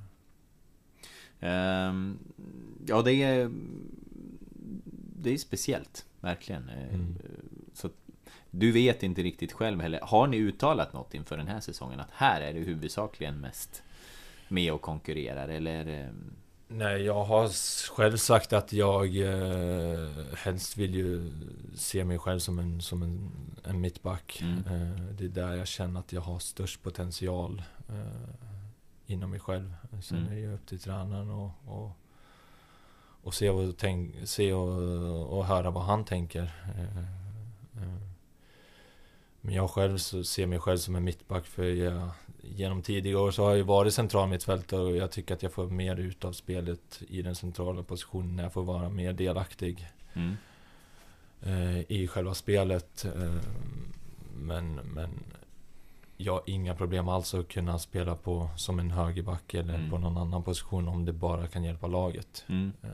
Um, ja, det är det är speciellt, verkligen. Mm. Så du vet inte riktigt själv heller. Har ni uttalat något inför den här säsongen att här är det huvudsakligen mest med och konkurrerar, eller? Nej, jag har själv sagt att jag eh, helst vill ju se mig själv som en, som en, en mittback. Mm. Eh, det är där jag känner att jag har störst potential eh, inom mig själv. Sen mm. är det upp till tränaren och, och, och se, och, tänk, se och, och höra vad han tänker. Eh, eh. Men jag själv så ser mig själv som en mittback, för jag, genom tidigare år så har jag varit central mittfältare och jag tycker att jag får mer ut av spelet i den centrala positionen när jag får vara mer delaktig mm. eh, i själva spelet. Eh, men, men jag har inga problem alls att kunna spela på som en högerback eller mm. på någon annan position om det bara kan hjälpa laget. Mm. Eh,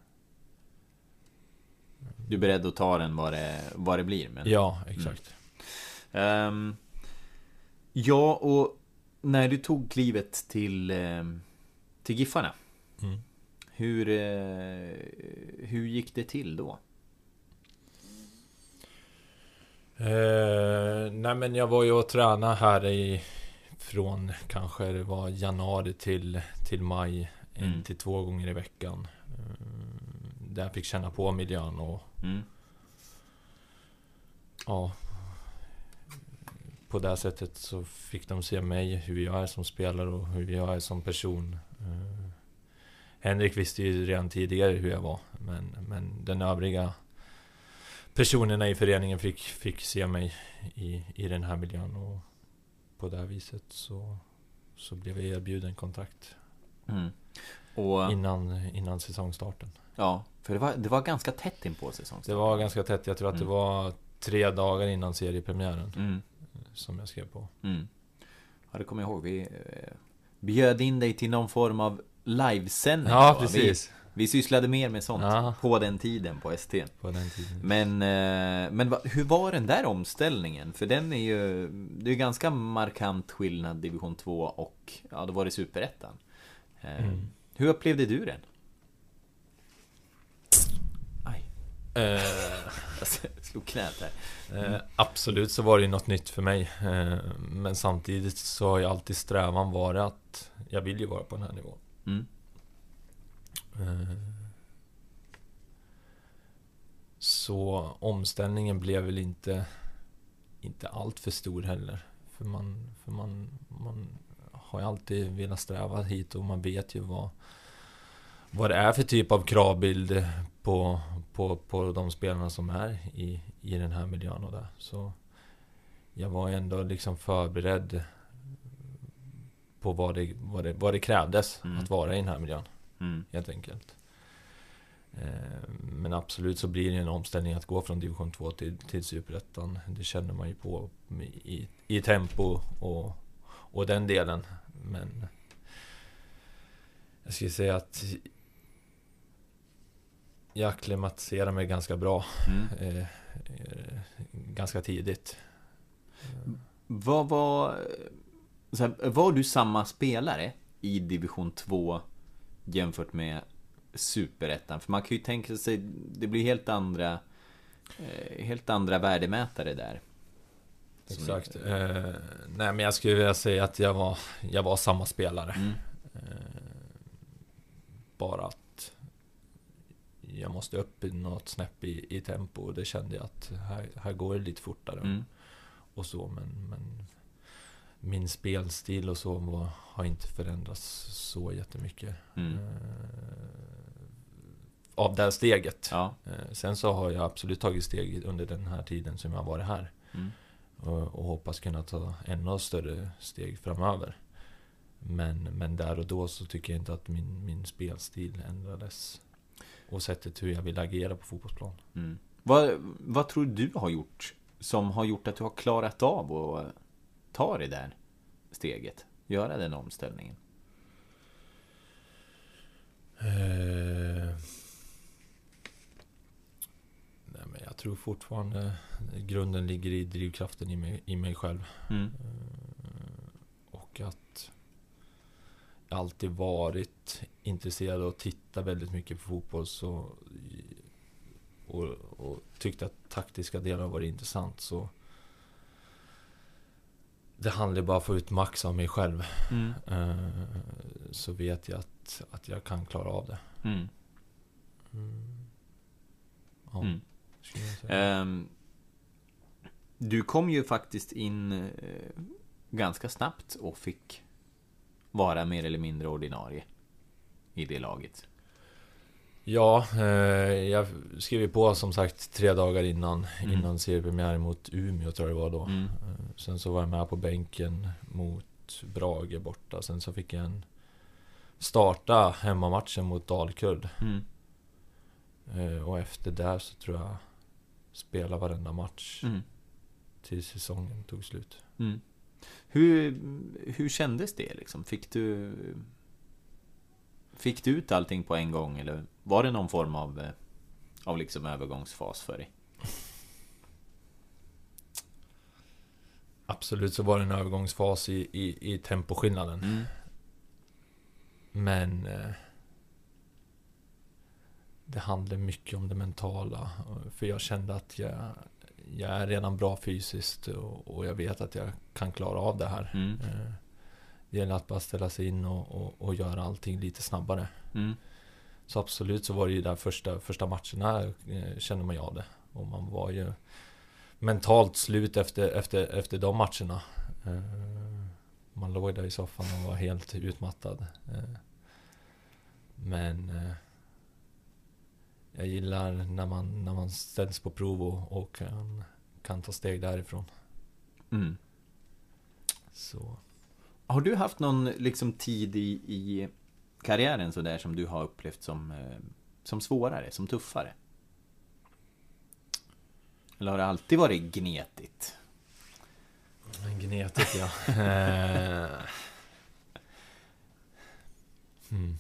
du är beredd att ta den vad det, vad det blir? Men... Ja, exakt. Mm. Um, ja, och när du tog klivet till, um, till Giffarna, mm. hur, uh, hur gick det till då? Uh, nej men jag var ju och tränade här i från kanske det var januari till, till maj, mm. en till två gånger i veckan. Uh, där jag fick känna på miljön och mm. ja, på det sättet så fick de se mig, hur jag är som spelare och hur jag är som person. Uh, Henrik visste ju redan tidigare hur jag var, men, men den övriga personerna i föreningen fick, fick se mig i, i den här miljön, och på det här viset så, så blev jag erbjuden kontrakt mm. och, innan, innan säsongstarten. Ja, för det var, det var ganska tätt in på säsongstarten. Det var ganska tätt, jag tror att mm. det var tre dagar innan seriepremiären. Mm. Som jag skrev på. Mm. Ja, det kommer jag ihåg. Vi eh, bjöd in dig till någon form av livesändning. Ja, precis. Vi, vi sysslade mer med sånt ja. på den tiden på S T. På den tiden. Men, eh, men va, hur var den där omställningen? För den är ju, det är ju ganska markant skillnad division två och ja, då var det superettan. Eh, mm. Hur upplevde du den? Aj. Uh. Jag slog knät här. Mm. Eh, absolut så var det något nytt för mig, eh, men samtidigt så har jag alltid strävan varit att jag vill ju vara på den här nivån. Mm. Eh, så omställningen blev väl inte inte allt för stor heller, för man, för man, man har ju alltid velat sträva hit, och man vet ju vad vad det är för typ av kravbild på, på, på de spelarna som är i, i den här miljön och där. Så jag var ändå liksom förberedd på vad det, vad det, vad det krävdes mm. att vara i den här miljön. Mm. Helt enkelt. Eh, men absolut så blir det en omställning att gå från division två till, till superettan. Det känner man ju på i, i tempo och, och den delen. Men jag skulle säga att jag akklimatiserade mig ganska bra mm. eh, eh, ganska tidigt. Vad var så här, var du samma spelare i division två jämfört med superettan? För man kan ju tänka sig, det blir helt andra eh, helt andra värdemätare där. Exakt. Eh, nej, men jag skulle vilja säga att jag var jag var samma spelare. Mm. Eh, bara att jag måste upp i något snäpp i, i tempo, och det kände jag att här, här går det lite fortare mm. och så, men, men min spelstil och så var, har inte förändrats så jättemycket mm. eh, av det här steget. Ja. Eh, sen så har jag absolut tagit steg under den här tiden som jag har varit här mm. och, och hoppas kunna ta ännu större steg framöver. Men, men där och då så tycker jag inte att min, min spelstil ändrades och sättet hur jag vill agera på fotbollsplan. Mm. Vad, vad tror du har gjort som har gjort att du har klarat av att ta det där steget, göra den omställningen? Eh, nej, men jag tror fortfarande grunden ligger i drivkraften i mig, i mig själv. Mm. Eh, och att jag har alltid varit intresserad och tittat väldigt mycket på fotboll, så, och, och tyckte att taktiska delar var intressant, så det handlar bara om att få ut max av mig själv. Mm. Uh, så vet jag att, att jag kan klara av det. Mm. Mm. Ja, mm. Um, du kom ju faktiskt in uh, ganska snabbt och fick vara mer eller mindre ordinarie i det laget. Ja, eh, jag skrev på som sagt tre dagar innan Mm. innan seriepremiären mot Umeå, tror jag det var då. Mm. Eh, sen så var jag med på bänken mot Brage borta. Sen så fick jag en starta hemmamatchen mot Dalkurd. Mm. Eh, och efter det så tror jag spela varenda match Mm. till säsongen tog slut. Mm. Hur, hur kändes det liksom? Fick du Fick du ut allting på en gång, eller var det någon form av av liksom övergångsfas för dig? Absolut så var det en övergångsfas i, i, i temposkillnaden. Mm. Men eh, det handlar mycket om det mentala. För jag kände att jag, jag är redan bra fysiskt och, och jag vet att jag kan klara av det här. Mm. Eh, det gäller att bara ställa sig in och, och, och göra allting lite snabbare. Mm. Så absolut så var det ju där första, första matcherna eh, kände man ju av det. Och man var ju mentalt slut efter, efter, efter de matcherna. Eh, man låg där i soffan och var helt utmattad. Eh, men eh, jag gillar när man, när man ställs på prov och, och kan, kan ta steg därifrån. Mm. Så. Har du haft någon liksom tid i, i karriären så där som du har upplevt som, eh, som svårare, som tuffare? Eller har det alltid varit gnetigt? Gnetigt, ja. eh. hmm.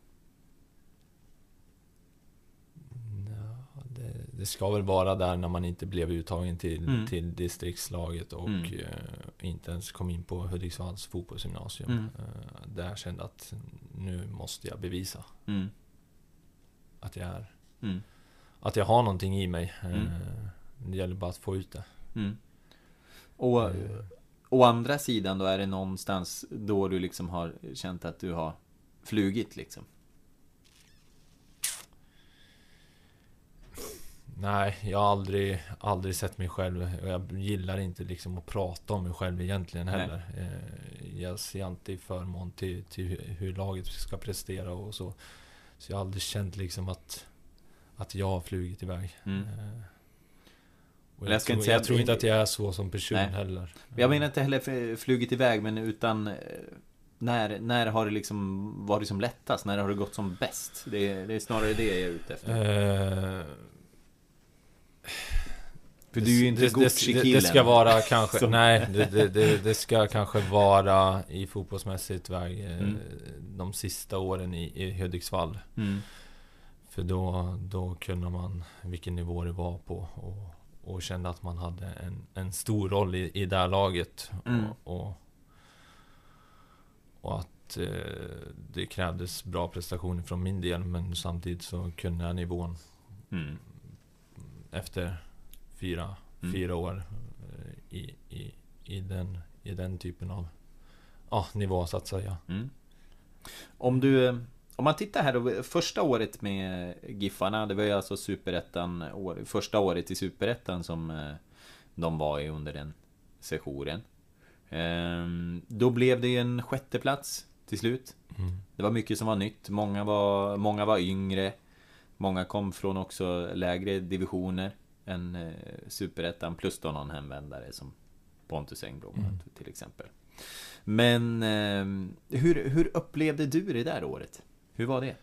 Ja, det, det ska väl vara där när man inte blev uttagen till, Mm. till distriktslaget och Mm. eh, inte ens kom in på Hudiksvalls fotbollsgymnasium. Mm. Eh, där jag kände att nu måste jag bevisa Mm. att jag är Mm. att jag har någonting i mig. Mm. Eh, det gäller bara att få ut det. Mm. Och Eh. å andra sidan då, är det någonstans då du liksom har känt att du har flugit liksom? Nej, jag har aldrig, aldrig sett mig själv. Och jag gillar inte liksom att prata om mig själv egentligen heller. Eh, jag ser alltid förmån till, till hur laget ska prestera och så. Så jag har aldrig känt liksom att, att jag har flugit iväg. Mm. Eh, och jag jag, ska tror, inte säga jag att- tror inte att jag är så som person Nej. heller. Jag menar inte heller flugit iväg, men utan eh, när, när har det liksom varit som lättast? När har det gått som bäst? Det är, det är snarare det jag är ute efter. Eh, För du är ju inte det, det, Gucci-killen. det, det ska vara kanske Som- nej, det, det, det, det ska kanske vara i fotbollsmässigt väg eh, Mm. de sista åren i, i Hudiksvall. Mm. För då, då kunde man vilken nivå det var på och, och kände att man hade en, en stor roll i, i det här laget. Mm. Och, och, och att eh, det krävdes bra prestationer från min del, men samtidigt så kunde jag nivån Mm. efter fyra, Mm. fyra år eh, i, i, i, den, i den typen av ja, nivå så att säga. Mm. Om du Om man tittar här då, första året med Giffarna, det var ju alltså Superettan år, första året i Superettan som eh, de var i under den sessionen. Ehm, då blev det ju en sjätte plats till slut. Mm. Det var mycket som var nytt. Många var, många var yngre. Många kom från också lägre divisioner än eh, Superettan, plus då någon hemvändare som Pontus Engblom Mm. till exempel. Men eh, hur, hur upplevde du det där året? Hur var det?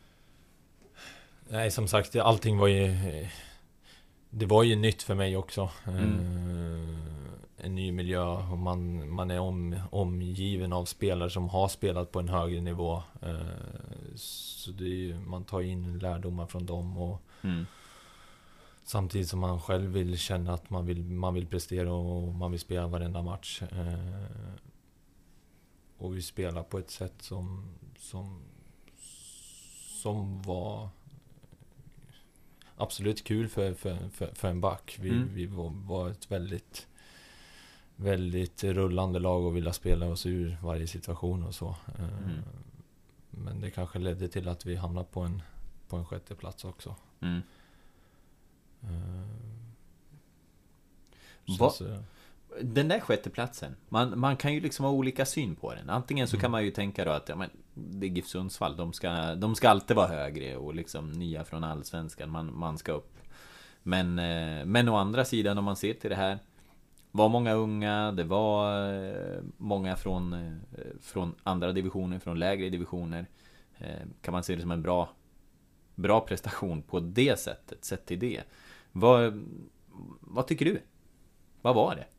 Nej, som sagt, allting var ju det var ju nytt för mig också. Mm. Eh, en ny miljö och man, man är om, omgiven av spelare som har spelat på en högre nivå. Eh, så det är ju, man tar in lärdomar från dem och Mm. samtidigt som man själv vill känna att man vill, man vill prestera och man vill spela varenda match. Eh, och vi spelar på ett sätt som som som var absolut kul för, för, för, för en back. Vi, mm. vi var, var ett väldigt väldigt rullande lag och ville spela oss ur varje situation och så. Mm. Men det kanske ledde till att vi hamnade på en på en sjätte plats också. Mm. Va? Så, den där sjätte platsen, man, man kan ju liksom ha olika syn på den. Antingen så mm. kan man ju tänka då att ja, men, det är GIF Sundsvall, de ska, de ska alltid vara högre och liksom nya från allsvenskan, man, man ska upp. Men, eh, men å andra sidan, om man ser till det här, var många unga, det var eh, många från, eh, från andra divisioner, från lägre divisioner. Eh, kan man se det som en bra, bra prestation på det sättet, sett till det. Vad, vad tycker du? Vad var det?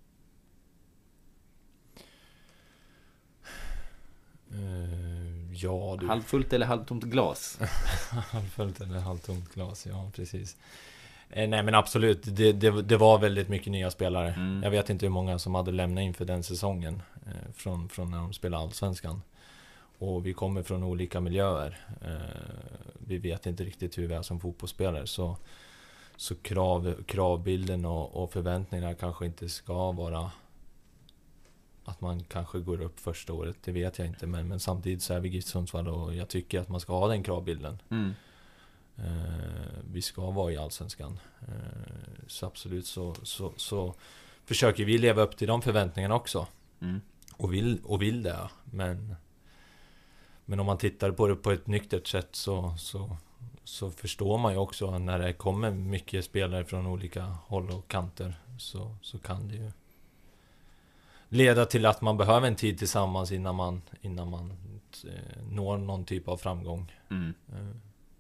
Uh, ja, du... Halvfullt eller halvtomt glas? Halvfullt eller halvtomt glas, ja precis. Eh, nej men absolut, det, det, det var väldigt mycket nya spelare. Mm. Jag vet inte hur många som hade lämnat inför den säsongen eh, från, från när de spelade Allsvenskan. Och vi kommer från olika miljöer. Eh, vi vet inte riktigt hur vi är som fotbollsspelare. Så, så krav, kravbilden och, och förväntningarna kanske inte ska vara att man kanske går upp första året. Det vet jag inte. Men, men samtidigt så är vi GIF Sundsvall och jag tycker att man ska ha den kravbilden. Mm. Eh, vi ska vara i Allsvenskan. Eh, så absolut så, så, så försöker vi leva upp till de förväntningarna också. Mm. Och, vill, och vill det. Men, men om man tittar på det på ett nyktert sätt så, så, så förstår man ju också när det kommer mycket spelare från olika håll och kanter så, så kan det ju leda till att man behöver en tid tillsammans innan man, innan man eh, når någon typ av framgång. Mm. Eh.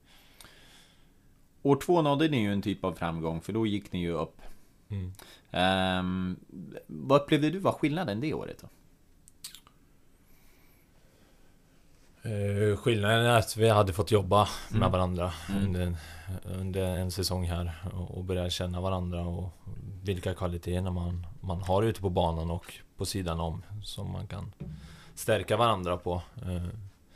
År två nådde ni ju en typ av framgång, för då gick ni ju upp. Mm. Um, vad upplevde du var skillnaden det året då? Uh, skillnaden är att vi hade fått jobba mm. med varandra mm. under, under en säsong här och, och börja känna varandra och vilka kvaliteter man, man har ute på banan och på sidan om som man kan stärka varandra på. Uh,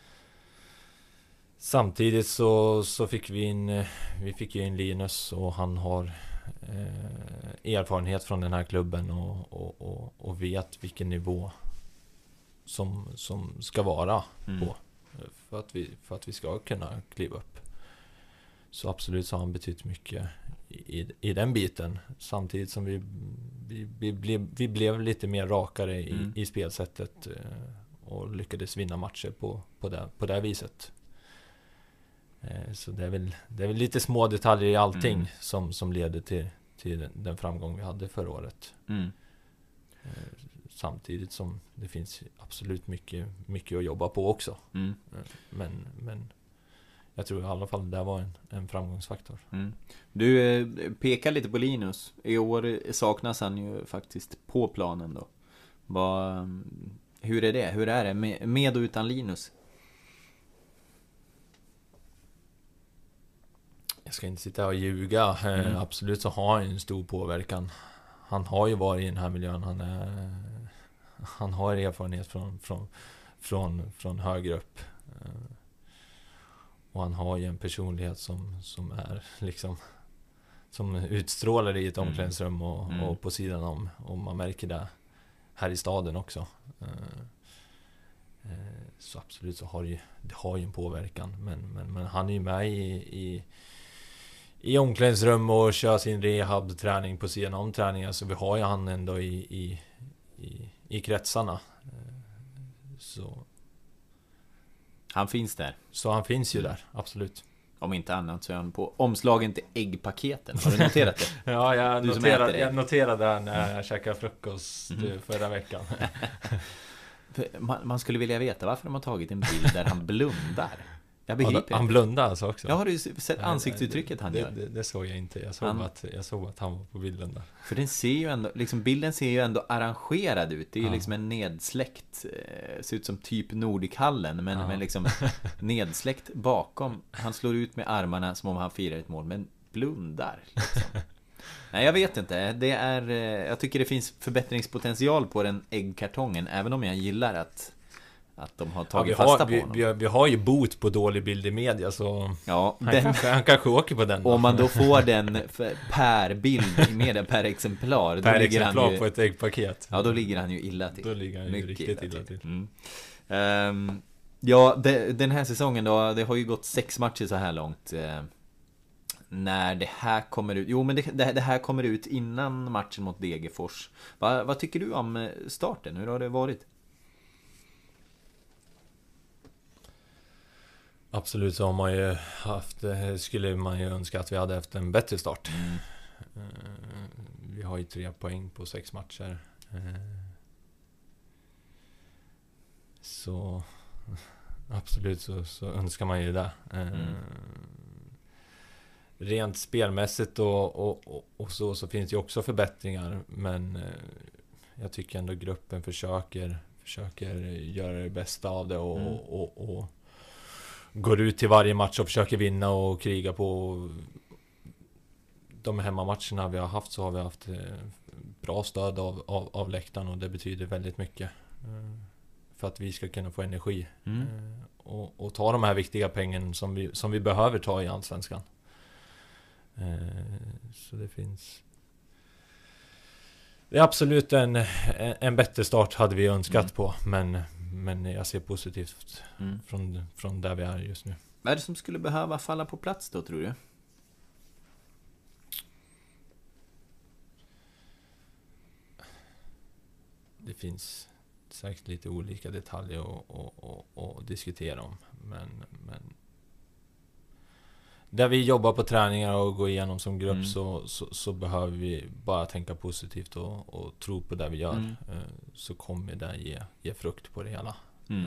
Samtidigt så, så fick vi in vi fick ju in Linus och han har eh, erfarenhet från den här klubben och, och, och, och vet vilken nivå som, som ska vara mm. på för att, vi, för att vi ska kunna kliva upp. Så absolut så har han betytt mycket i, i den biten. Samtidigt som vi, vi, vi, blev, vi blev lite mer rakare i, mm. i spelsättet och lyckades vinna matcher på, på, det, på det viset. Så det är väl, det är väl lite små detaljer i allting mm. som, som leder till, till den framgång vi hade förra året. Mm. Samtidigt som det finns absolut mycket, mycket att jobba på också. Mm. Men, men jag tror i alla fall det var en, en framgångsfaktor. Mm. Du eh, pekar lite på Linus. I år saknas han ju faktiskt på planen då. Vad, hur är det? Hur är det med, med och utan Linus? Jag ska inte sitta och ljuga. Mm. Absolut så har han en stor påverkan. Han har ju varit i den här miljön. Han, är, han har erfarenhet från, från, från, från högre upp. Och han har ju en personlighet som, som är liksom som utstrålar i ett omklädningsrum och, mm. och på sidan om. Och man märker det här i staden också. Så absolut så har det ju, det har ju en påverkan. Men, men, men han är ju med i, i i omklädningsrum och kör sin rehab-träning på sidan om träningen. Så vi har ju han ändå i, i, i, i kretsarna. Så han finns där. Så han finns ju där, absolut. Om inte annat så är han på omslagen till äggpaketen. Har du noterat det? Ja, jag noterade, jag noterade det när jag käkade frukost mm. förra veckan. man, man skulle vilja veta varför de har tagit en bild där han blundar. Jag begriper. Ja, han blundar alltså också. Ja, har du sett ansiktsuttrycket han det, gör? Det, det såg jag inte. Jag såg, han, att, jag såg att han var på bilden där. För den ser ju ändå, liksom, bilden ser ju ändå arrangerad ut. Det är ju ja. liksom en nedsläckt, eh, ser ut som typ Nordikhallen, men, ja. men liksom nedsläckt bakom. Han slår ut med armarna som om han firar ett mål, men blundar. Liksom. Nej, jag vet inte. Det är, eh, jag tycker det finns förbättringspotential på den äggkartongen, även om jag gillar att att de har tagit ja, vi fasta har, på vi, honom. vi, vi har ju bot på dålig bild i media, så ja, han, den, kanske, han kanske åker på den. Om man då får den per bild i media, per exemplar, då per ligger exemplar han ju, på ett äggpaket. Ja, då ligger han ju illa till. Då ligger han ju Mycket riktigt illa till. Mm. Um, ja, de, den här säsongen då, det har ju gått sex matcher så här långt. Uh, när det här kommer ut, jo men det, det, det här kommer ut innan matchen mot Degerfors. Va, vad tycker du om starten? Hur har det varit? Absolut, så har man ju haft, skulle man ju önska att vi hade haft en bättre start. Mm. Vi har ju tre poäng på sex matcher. Så absolut så, så önskar man ju det. Mm. Rent spelmässigt och, och, och, och så, så finns det ju också förbättringar, men jag tycker ändå gruppen försöker försöker göra det bästa av det och, mm. och, och, och går ut till varje match och försöker vinna och kriga på. De hemmamatcherna vi har haft, så har vi haft bra stöd av, av, av läktaren, och det betyder väldigt mycket för att vi ska kunna få energi mm. och, och ta de här viktiga pengarna som vi, som vi behöver ta i Allsvenskan. Så det finns, det är absolut en, en bättre start hade vi önskat mm. på, men, men jag ser positivt mm. från, från där vi är just nu. Vad är det som skulle behöva falla på plats då, tror du? Det finns säkert lite olika detaljer att, att, att, att diskutera om, men, men där vi jobbar på träningar och går igenom som grupp mm. så, så, så behöver vi bara tänka positivt och, och tro på det vi gör. Mm. Så kommer det ge, ge frukt på det hela. Mm.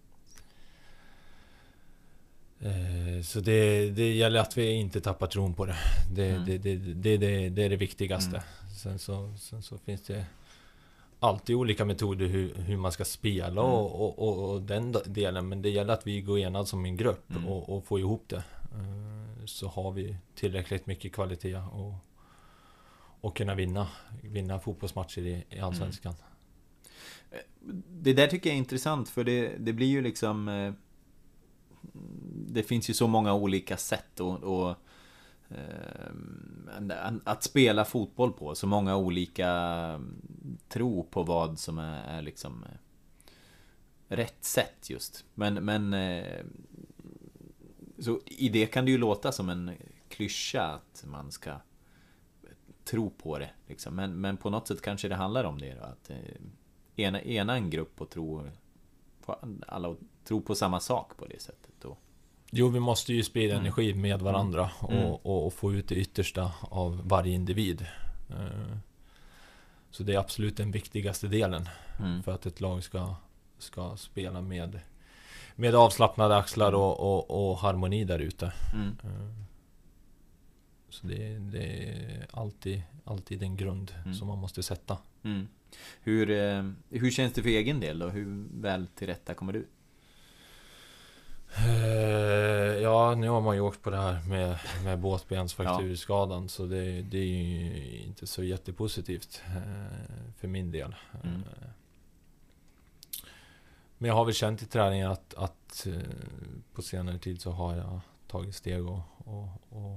Så det, det gäller att vi inte tappar tron på det. Det, mm. det, det, det, det, det är det viktigaste. Mm. Sen, så, sen så finns det alltid olika metoder hur, hur man ska spela mm. och, och, och, och den delen. Men det gäller att vi går enad som en grupp mm. och, och får ihop det. Så har vi tillräckligt mycket kvalitet och, och kunna vinna vinna fotbollsmatcher i, i Allsvenskan. Mm. Det där tycker jag är intressant, för det, det blir ju liksom det finns ju så många olika sätt och, och att spela fotboll på, så många olika tro på vad som är, är liksom rätt sätt just. Men, men så i det kan det ju låta som en klyscha att man ska tro på det liksom. men, men på något sätt kanske det handlar om det då, att ena, ena en grupp och tro på alla, tro på samma sak på det sättet då. Jo, vi måste ju sprida mm. energi med varandra mm. och, och, och få ut det yttersta av varje individ. Så det är absolut den viktigaste delen mm. för att ett lag ska, ska spela med med avslappnade axlar och, och, och harmoni där ute. Mm. Så det, det är alltid, alltid en grund mm. som man måste sätta. Mm. Hur, hur känns det för egen del då? Hur väl till rätta kommer du? Ja, nu har man ju åkt på det här med, med båtbensfrakturskadan, ja. Så det, det är ju inte så jättepositivt för min del. Mm. Men jag har väl känt i träningen att, att på senare tid så har jag tagit steg och, och, och,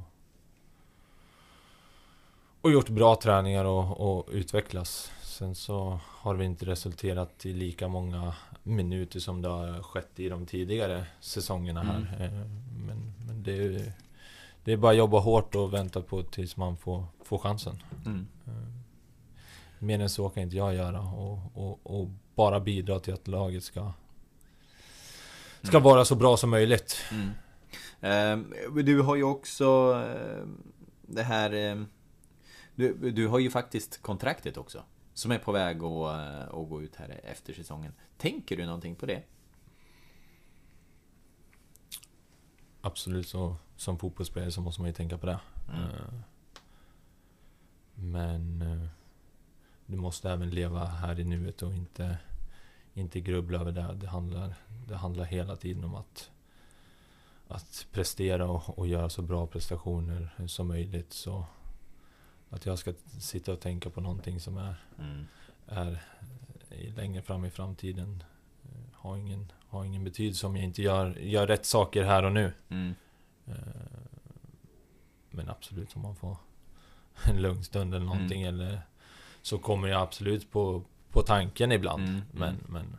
och gjort bra träningar och, och utvecklas. Sen så har vi inte resulterat i lika många minuter som det har skett i de tidigare säsongerna här. Mm. Men, men det, är, det är bara att jobba hårt och vänta på tills man får, får chansen. Mm. Mer än så kan inte jag göra och, och, och bara bidra till att laget ska ska mm. vara så bra som möjligt. Mm. Uh, du har ju också uh, det här uh, du, du har ju faktiskt kontraktet också som är på väg att, att gå ut här efter säsongen. Tänker du någonting på det? Absolut, så som fotbollsspelare så måste man ju tänka på det. Mm. Uh, men uh, du måste även leva här i nuet och inte, inte grubbla över det. Det handlar, det handlar hela tiden om att, att prestera och, och göra så bra prestationer som möjligt. Så att jag ska sitta och tänka på någonting som är, mm. är längre fram i framtiden har ingen, har ingen betydelse om jag inte gör, gör rätt saker här och nu. Mm. Eh, men absolut, om man får en lugn stund eller någonting, Mm. eller så kommer jag absolut på, på tanken ibland. Mm. Men, Mm. men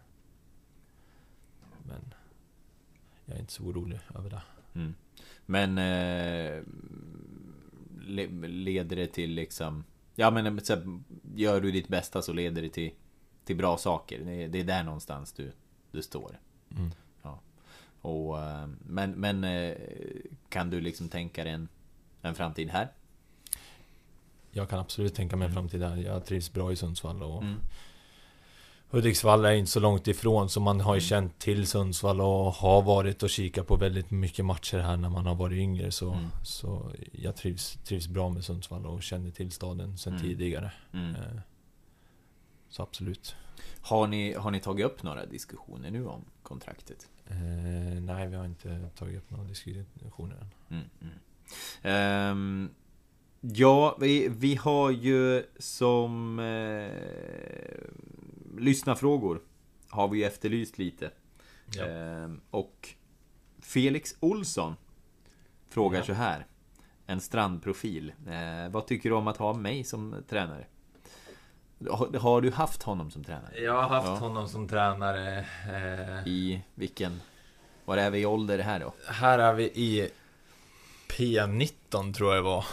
men jag är inte så orolig över det. Mm. Men eh, le- leder det till liksom, ja men så här, gör du ditt bästa så leder det till, till bra saker. Det är, det är där någonstans du, du står. Mm. Ja. Och, eh, men men eh, kan du liksom tänka dig en, en framtid här? Jag kan absolut tänka mig en framtid där. Jag trivs bra i Sundsvall, och Mm. Hudiksvall är inte så långt ifrån, så man har ju Mm. känt till Sundsvall och har varit och kikat på väldigt mycket matcher här när man har varit yngre, så, Mm. så jag trivs, trivs bra med Sundsvall och känner till staden sedan Mm. tidigare. Mm. Eh, så absolut. Har ni, har ni tagit upp några diskussioner nu om kontraktet? Eh, nej, vi har inte tagit upp några diskussioner än. Mm, mm. Ehm, ja, vi, vi har ju som eh, lyssnarfrågor har vi ju efterlyst lite. Ja. Ehm, och Felix Olsson frågar Ja. så här: en strandprofil. Eh, vad tycker du om att ha mig som tränare? Har, har du haft honom som tränare? Jag har haft Ja. honom som tränare. Eh, I vilken... Vad är vi i ålder här då? här är vi i P nitton, tror jag var.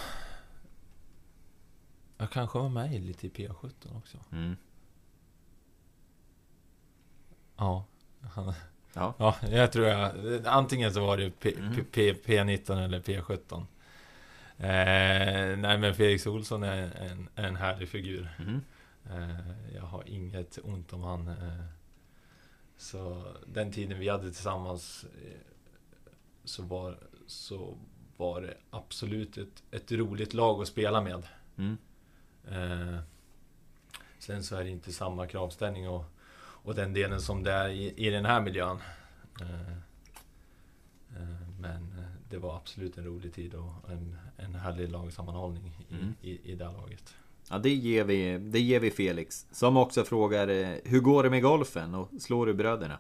Jag kanske var med lite i P sjutton också. Mm. Ja. Han, Ja. ja, jag tror jag. Antingen så var det P, Mm. P, P, P nitton eller P sjutton. Eh, nej, men Felix Olsson är en, en härlig figur. Mm. Eh, jag har inget ont om han. Eh, så den tiden vi hade tillsammans, eh, så var så var det absolut ett, ett roligt lag att spela med. Mm. Eh, sen så är det inte samma kravställning och, och den delen som det är i, i den här miljön. Eh, eh, men eh, det var absolut en rolig tid och en, en härlig lagsammanhållning i, Mm. i, i det här laget. Ja, det ger vi, det ger vi Felix. Som också frågar, eh, hur går det med golfen? Och slår du bröderna?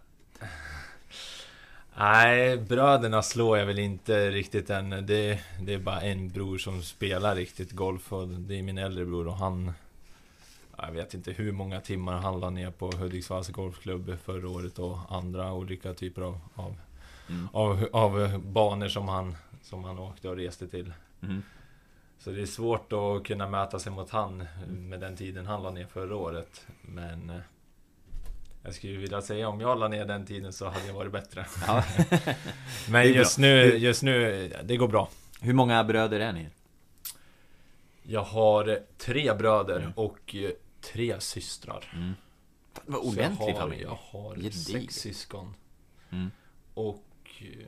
Nej, bröderna slår jag väl inte riktigt än. Det, det är bara en bror som spelar riktigt golf, och det är min äldre bror, och han, jag vet inte hur många timmar han la ner på Hudiksvalls golfklubb förra året och andra olika typer av, av, Mm. av, av banor som han, som han åkte och reste till. Mm. Så det är svårt att kunna mäta sig mot han med den tiden han la ner förra året. Men eh, jag skulle vilja säga, om jag la ner den tiden så hade jag varit bättre. Ja. Men just nu, just nu, det går bra. Hur många bröder är ni? Jag har tre bröder Mm. och eh, tre systrar. Mm. Vad Så ordentlig jag har, familj. Jag har Gediget. sex syskon. Mm. Och eh,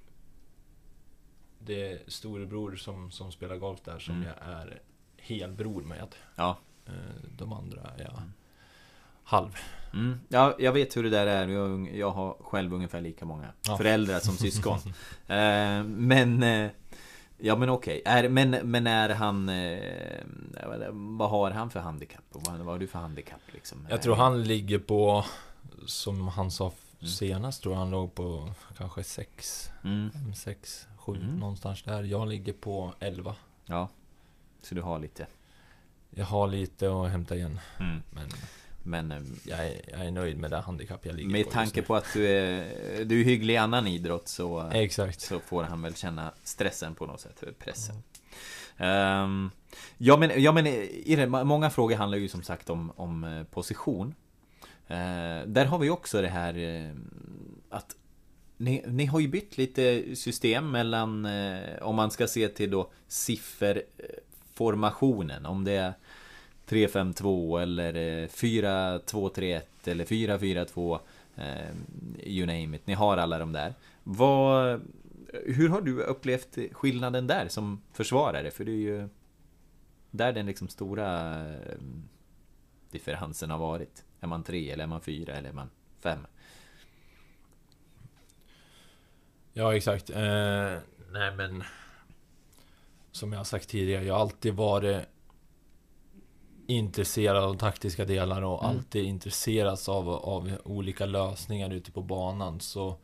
det är storebror som, som spelar golf där, som Mm. jag är helbror med. Ja. Eh, De andra är jag halv. Mm. Ja, jag vet hur det där är. Jag, ung- jag har själv ungefär lika många Ja. föräldrar som syskon. eh, men eh, ja, men okej. Är, men, men är han eh, vad har han för handikapp? Och vad, vad har du för handikapp liksom? Jag tror han ligger på, som han sa Mm. senast, tror jag han låg på kanske sex, Mm. fem, sex, sju, Mm. någonstans där. Jag ligger på elva. Ja. Så du har lite. Jag har lite att hämta igen. Mm. Men Men eh, jag är, jag är nöjd med det handikapp jag ligger med på. tanke just på att du är, du är hygglig i annan idrott så, nu. Exakt. så får han väl känna stressen på något sätt, pressen. Um, ja, men, ja men i det, många frågor handlar ju som sagt om, om eh, position. Uh, där har vi också det här eh, att ni, ni har ju bytt lite system mellan eh, om man ska se till då sifferformationen, om det är tre fem två eller fyra två tre ett eller fyra fyra två, eh, you name it. Ni har alla de där. Vad, hur har du upplevt skillnaden där som försvarare? För det är ju där den liksom stora eh, differensen har varit. Är man tre eller är man fyra eller är man fem? Ja, exakt. Eh, nej, men som jag har sagt tidigare, jag har alltid varit intresserad av taktiska delar och Mm. alltid intresserad av, av olika lösningar ute på banan, så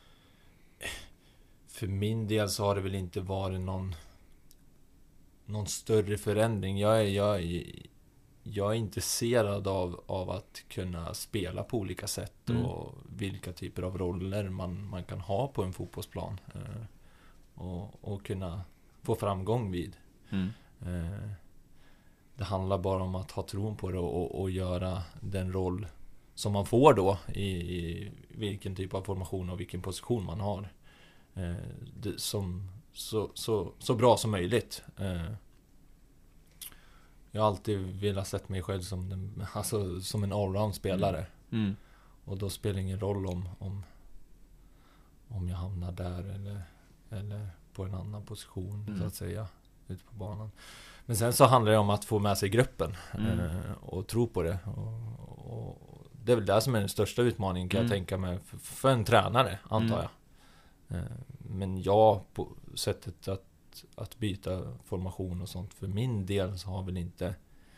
för min del så har det väl inte varit någon någon större förändring. Jag är, jag är, jag är intresserad av, av att kunna spela på olika sätt Mm. och vilka typer av roller man, man kan ha på en fotbollsplan eh, och, och kunna få framgång vid. Mm. Eh, det handlar bara om att ha tron på det och, och göra den roll som man får då i, i vilken typ av formation och vilken position man har eh, det, som så, så, så bra som möjligt. Eh, jag har alltid velat sätta mig själv som, den, alltså, som en allround-spelare. Mm. Och då spelar det ingen roll om, om, om jag hamnar där eller, eller på en annan position, Mm. så att säga, ute på banan. Men sen så handlar det om att få med sig gruppen Mm. eh, och tro på det. Och, och det är väl det som är den största utmaningen, kan Mm. jag tänka mig, för, för en tränare, antar Mm. jag. Eh, men ja, på sättet att, att byta formation och sånt, för min del så har väl inte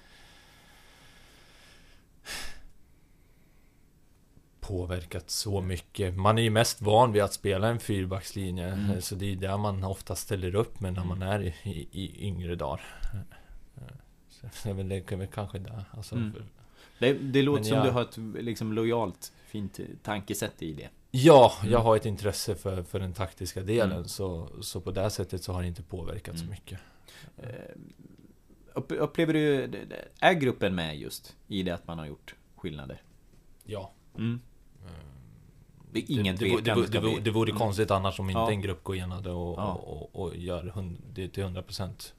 påverkat så mycket. Man är ju mest van vid att spela en fyrbackslinje, Mm. så det är där man ofta ställer upp med när Mm. man är i, i, i yngre dagar. Så det är väl, det är väl kanske där. Alltså, Mm. för, Det, det låter Men som jag- du har ett liksom lojalt, fint tankesätt i det. ja, jag Mm. har ett intresse för, för den taktiska delen, Mm. så, så på det sättet så har det inte påverkat så Mm. mycket. Eh, upp- Upplever du, är gruppen med just i det att man har gjort skillnader? Ja. Mm. Eh, Det är ingen det, det, tvekan det, ska det, bli. det, det vore Mm. konstigt annars om inte Ja. en grupp går enade och, Ja. och, och, och gör hund, det till hundra procent.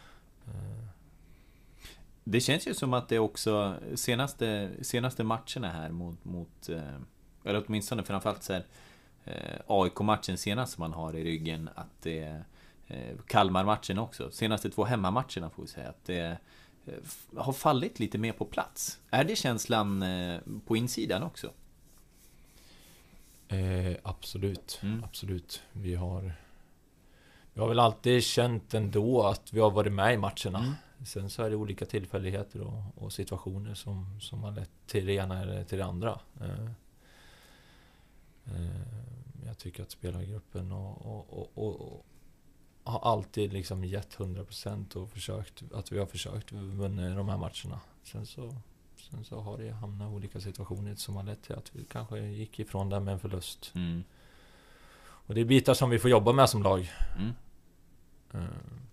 Det känns ju som att det också senaste, senaste matcherna här mot, mot eh, eller åtminstone framförallt så här, eh, A I K-matchen senast som man har i ryggen, att det eh, Kalmar-matchen också, senaste två hemmamatcherna får vi säga, att det eh, f- har fallit lite mer på plats. Är det känslan eh, på insidan också? Eh, absolut, Mm. absolut. Vi har Vi har väl alltid känt ändå att vi har varit med i matcherna. Mm. Sen så är det olika tillfälligheter och, och situationer som, som har lett till det ena eller till det andra. Eh, eh, jag tycker att spelargruppen och, och, och, och, och har alltid liksom gett hundra procent och försökt, att vi har försökt vinna de här matcherna. Sen så, sen så har det hamnat i olika situationer som har lett till att vi kanske gick ifrån det med en förlust. Mm. Och det är bitar som vi får jobba med som lag. Mm. Eh,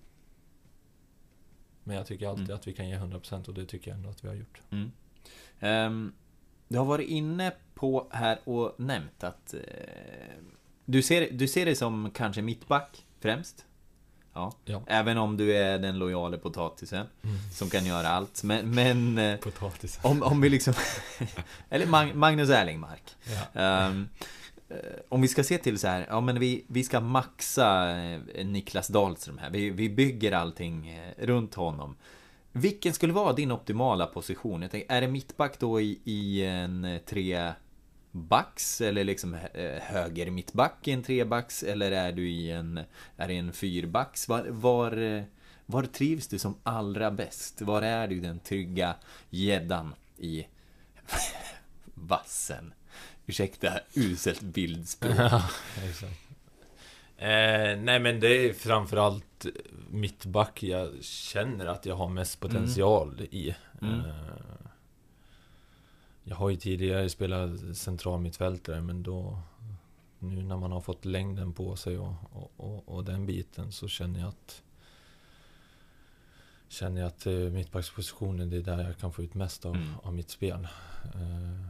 Men jag tycker alltid Mm. att vi kan ge hundra procent, och det tycker jag ändå att vi har gjort. Mm. Ehm, du har varit inne på här och nämnt att eh, du, ser, du ser det som kanske mittback främst. Ja. Ja. Även om du är den lojala potatisen som kan göra allt. Men, men eh, Potatis. om, om vi liksom eller Mag- Magnus Erlingmark. Ja. Ehm, eh, om vi ska se till så här, ja men vi, vi ska maxa eh, Niklas Dahlström här. Vi, vi bygger allting eh, runt honom. Vilken skulle vara din optimala position? Jag tänker, är det mittback då i, i en eh, trebacks eller liksom eh, höger mittback i en trebacks, eller är du i en är det en fyrbacks? Var, var, eh, var trivs du som allra bäst? Var är du den trygga gäddan i vassen? Ursäkta uselt bildspråk. Ja, exakt. Eh, nej men det är framförallt mittback jag känner att jag har mest potential i. Mm. Eh, jag har ju tidigare spelat central mittfältare, men då nu när man har fått längden på sig och, och, och, och den biten, så känner jag att känner jag att eh, mittbackspositionen, det är där jag kan få ut mest av, Mm. av mitt spel. Eh,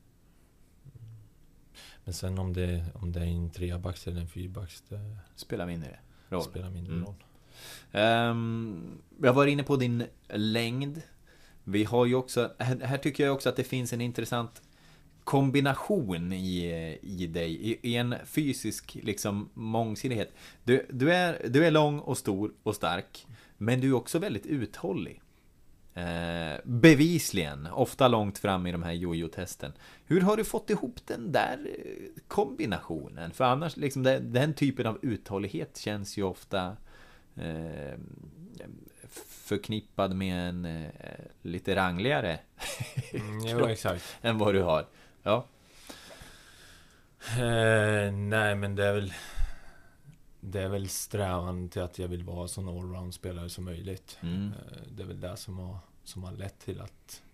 men sen om det, om det är en trebacks eller en fyrbacks, det Spelar mindre roll. spelar mindre Mm. roll. Um, jag var inne på din längd. Vi har ju också, här, här tycker jag också att det finns en intressant kombination i, i dig, i, i en fysisk liksom mångsidighet. Du, du, är, du är lång och stor och stark, men du är också väldigt uthållig. Eh, bevisligen, ofta långt fram i de här jojo-testen. Hur har du fått ihop den där eh, kombinationen? För annars, liksom, den, den typen av uthållighet känns ju ofta eh, förknippad med en eh, lite rangligare mm, jo, exakt. än vad du har. Ja. Eh, nej, men det är väl det är väl strävan till att jag vill vara sån allround-spelare som möjligt. Mm. Eh, det är väl det som har, som har lett till att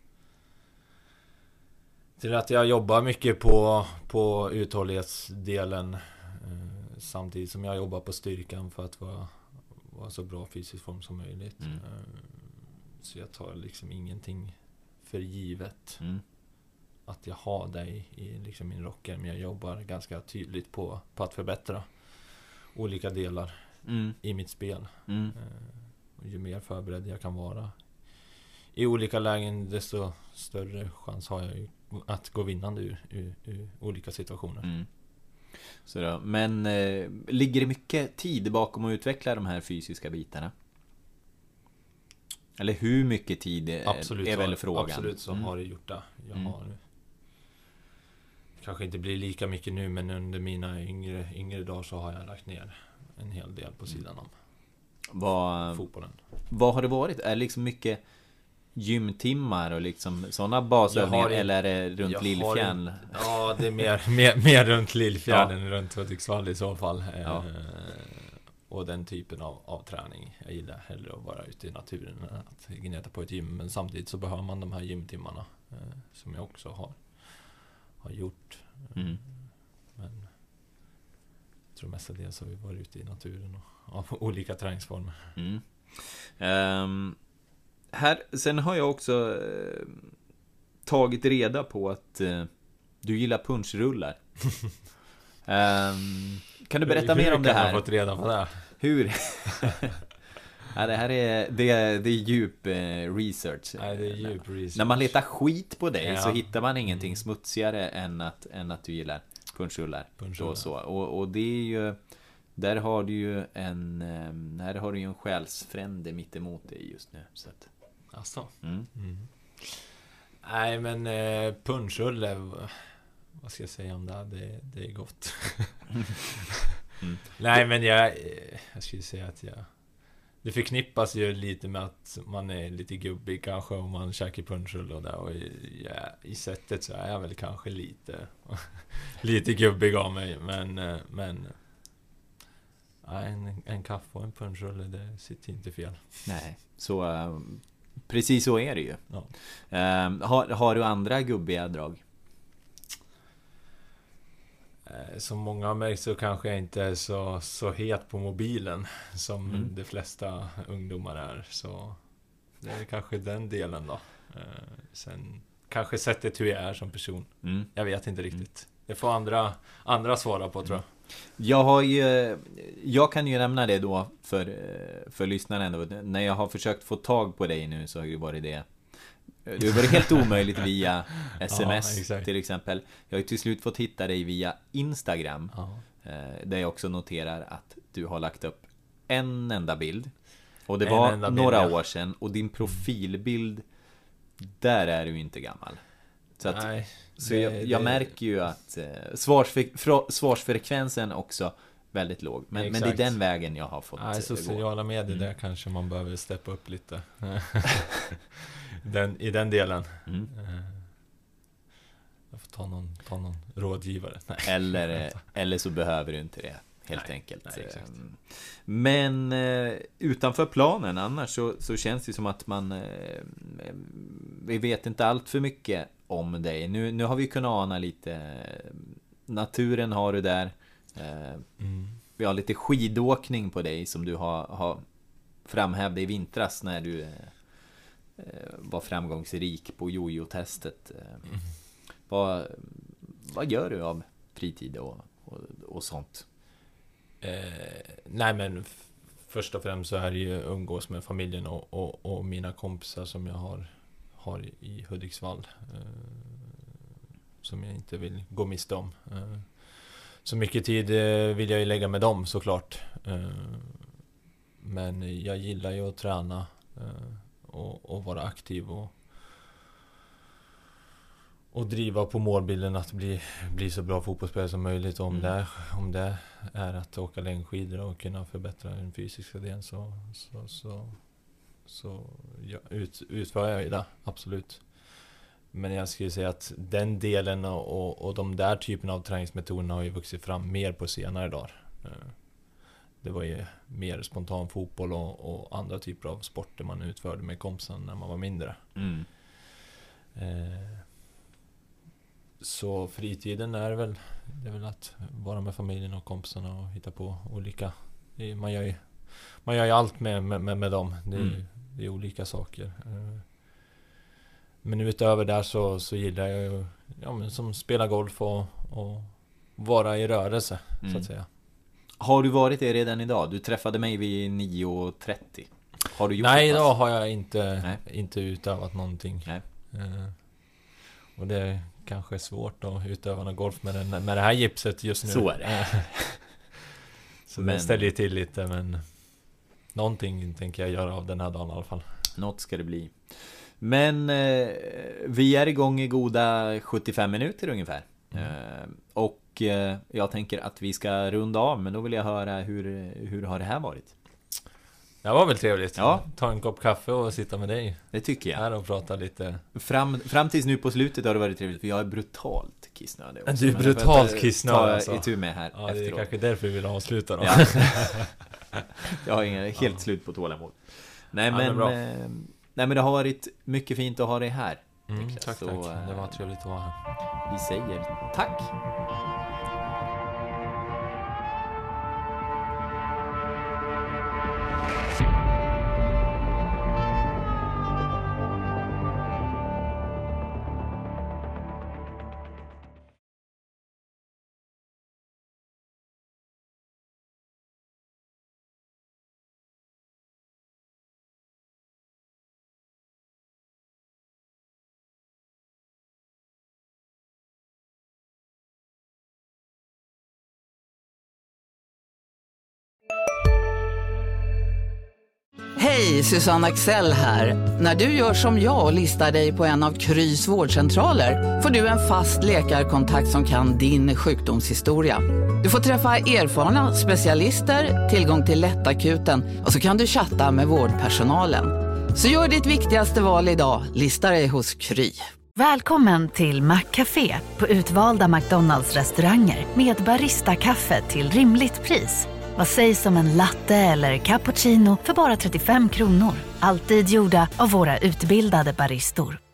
till att jag jobbar mycket på, på uthållighetsdelen eh, samtidigt som jag jobbar på styrkan för att vara, vara så bra fysisk form som möjligt. Mm. Eh, så jag tar liksom ingenting för givet. Mm. Att jag har dig i liksom min rocker, men jag jobbar ganska tydligt på, på att förbättra olika delar Mm. i mitt spel. Mm. Eh, och ju mer förberedd jag kan vara i olika lägen, desto större chans har jag ju att gå vinnande ur, ur, ur olika situationer. Mm. Så då, men eh, ligger det mycket tid bakom att utveckla de här fysiska bitarna? Eller hur mycket tid är, absolut, är väl så, frågan? Absolut så mm. har det gjort det. Jag mm. har kanske inte blir lika mycket nu, men under mina yngre, yngre dagar så har jag lagt ner en hel del på sidan om vad, fotbollen. Vad har det varit? Är det liksom mycket gymtimmar och liksom sådana basövningar, eller är det runt Lillfjärn? Ja, det är mer, mer, mer runt Lillfjärn än ja. runt Hudiksvall i så fall. Ja. Eh, och den typen av, av träning. Jag gillar hellre att vara ute i naturen än att gneta på ett gym. Men samtidigt så behöver man de här gymtimmarna eh, som jag också har, har gjort. Mm. Men jag tror mestadels har vi varit ute i naturen och av olika träningsformer. Mm. Um, här, sen har jag också uh, tagit reda på att uh, du gillar punschrullar. um, kan du berätta hur, mer om det här? Hur kan man fått reda på det? Hur? Ja, det här är, det är, det är djup eh, research. Nej, det är djup research. När man letar skit på dig ja. så hittar man ingenting smutsigare än att, än att du gillar punschrullar. punschrullar. Så, och, och det är ju, där har du ju en, här har du ju en själsfrände mitt emot dig just nu. Så att, alltså. mm. Mm. Nej, men eh, punschrulle, vad ska jag säga om det? Det, det är gott. mm. Nej, men jag, jag skulle säga att jag det förknippas ju lite med att man är lite gubbig kanske om man käkar punschrulle och där, och ja, i sättet så är jag väl kanske lite lite gubbig av mig, men men ja, en, en kaffe och en punschrulle, det sitter inte fel. Nej, så uh, precis så är det ju. Ja. Uh, har, har du andra gubbiga drag? Som många har märkt så kanske jag inte är så, så het på mobilen som mm. de flesta ungdomar är. Så det är kanske den delen då. Sen kanske sättet hur jag är som person. Mm. Jag vet inte riktigt. Det får andra, andra svara på, tror jag. Jag har ju, jag kan ju nämna det då för, för lyssnarna ändå. När jag har försökt få tag på dig nu så har det varit det. Det har varit helt omöjligt via sms ja, till exempel. Jag har ju till slut fått hitta dig via Instagram. Ja. Där jag också noterar att du har lagt upp en enda bild. Och det en var bild, några ja. år sedan. Och din profilbild, där är du inte gammal. Så, att, Nej, så det, jag, jag det... märker ju att eh, svarsfre- svarsfrekvensen också väldigt låg. Men, men det är den vägen jag har fått. Nej, sociala medier, mm. där kanske man behöver steppa upp lite. Den, i den delen. Mm. Jag får ta någon, ta någon rådgivare. Nej. Eller, eller så behöver du inte det, helt nej, enkelt. Nej, Men eh, utanför planen annars så, så känns det som att man eh, vi vet inte allt för mycket om dig. Nu, nu har vi kunnat ana lite. Naturen har du där. Eh, mm. Vi har lite skidåkning på dig som du har, har framhävde i vintras när du eh, var framgångsrik på jojo-testet. Mm. Vad, vad gör du av fritid och, och, och sånt? Eh, nej men f- först och främst så är det ju umgås med familjen och, och, och mina kompisar som jag har, har i Hudiksvall. Eh, som jag inte vill gå miste om. Eh, så mycket tid eh, vill jag ju lägga med dem såklart. Eh, men jag gillar ju att träna eh, Och, och vara aktiv och, och driva på målbilden att bli, bli så bra fotbollsspelare som möjligt. Om, mm. det, om det är att åka längdskidor och kunna förbättra den fysiska delen så, så, så, så ja, ut, utför jag ju det, absolut. Men jag skulle säga att den delen och, och, och de där typen av träningsmetoderna har ju vuxit fram mer på senare dagar. Det var ju mer spontan fotboll och, och andra typer av sporter man utförde med kompisarna när man var mindre. Mm. Eh, så fritiden är väl, det är väl att vara med familjen och kompisarna och hitta på olika. Det är, man, gör ju, man gör ju allt med, med, med dem. Det är, mm. det är olika saker. Eh, men utöver där så, så gillar jag ju ja, men som spela golf och, och vara i rörelse, mm. så att säga. Har du varit det redan idag? Du träffade mig vid nio trettio. Har du gjort Nej, idag har jag inte, Nej. inte utövat någonting. Nej. Uh, och det är kanske svårt att utöva någon golf med, den, med det här gipset just nu. Så är det. Så men... det ställer ju till lite, men någonting tänker jag göra av den här dagen i alla fall. Något ska det bli. Men eh, vi är igång i goda sjuttiofem minuter ungefär. Mm. Eh, och eh, jag tänker att vi ska runda av, men då vill jag höra hur, hur har det här varit? Det var väl trevligt. Ja. Ta en kopp kaffe och sitta med dig. Det tycker jag. Här och prata lite. Fram, fram tills nu på slutet har det varit trevligt, för jag är brutalt kissnödig också. Du är brutalt kissnödig alltså. Ta itu med här ja, efteråt. Det är kanske därför vi vill avsluta då. Ja. Jag har ingen, helt ja. slut på tålamod. Nej, ja, men, eh, nej men det har varit mycket fint att ha dig här. Mm, tack, så, tack. Det var trevligt att vara här. Vi säger tack. Hej, Susanne Axel här. När du gör som jag och listar dig på en av Krys vårdcentraler får du en fast läkarkontakt som kan din sjukdomshistoria. Du får träffa erfarna specialister, tillgång till lättakuten och så kan du chatta med vårdpersonalen. Så gör ditt viktigaste val idag, lista dig hos Kry. Välkommen till Maccafé på utvalda McDonalds restauranger med Barista-kaffe till rimligt pris. Vad sägs om en latte eller cappuccino för bara trettiofem kronor? Alltid gjorda av våra utbildade baristor.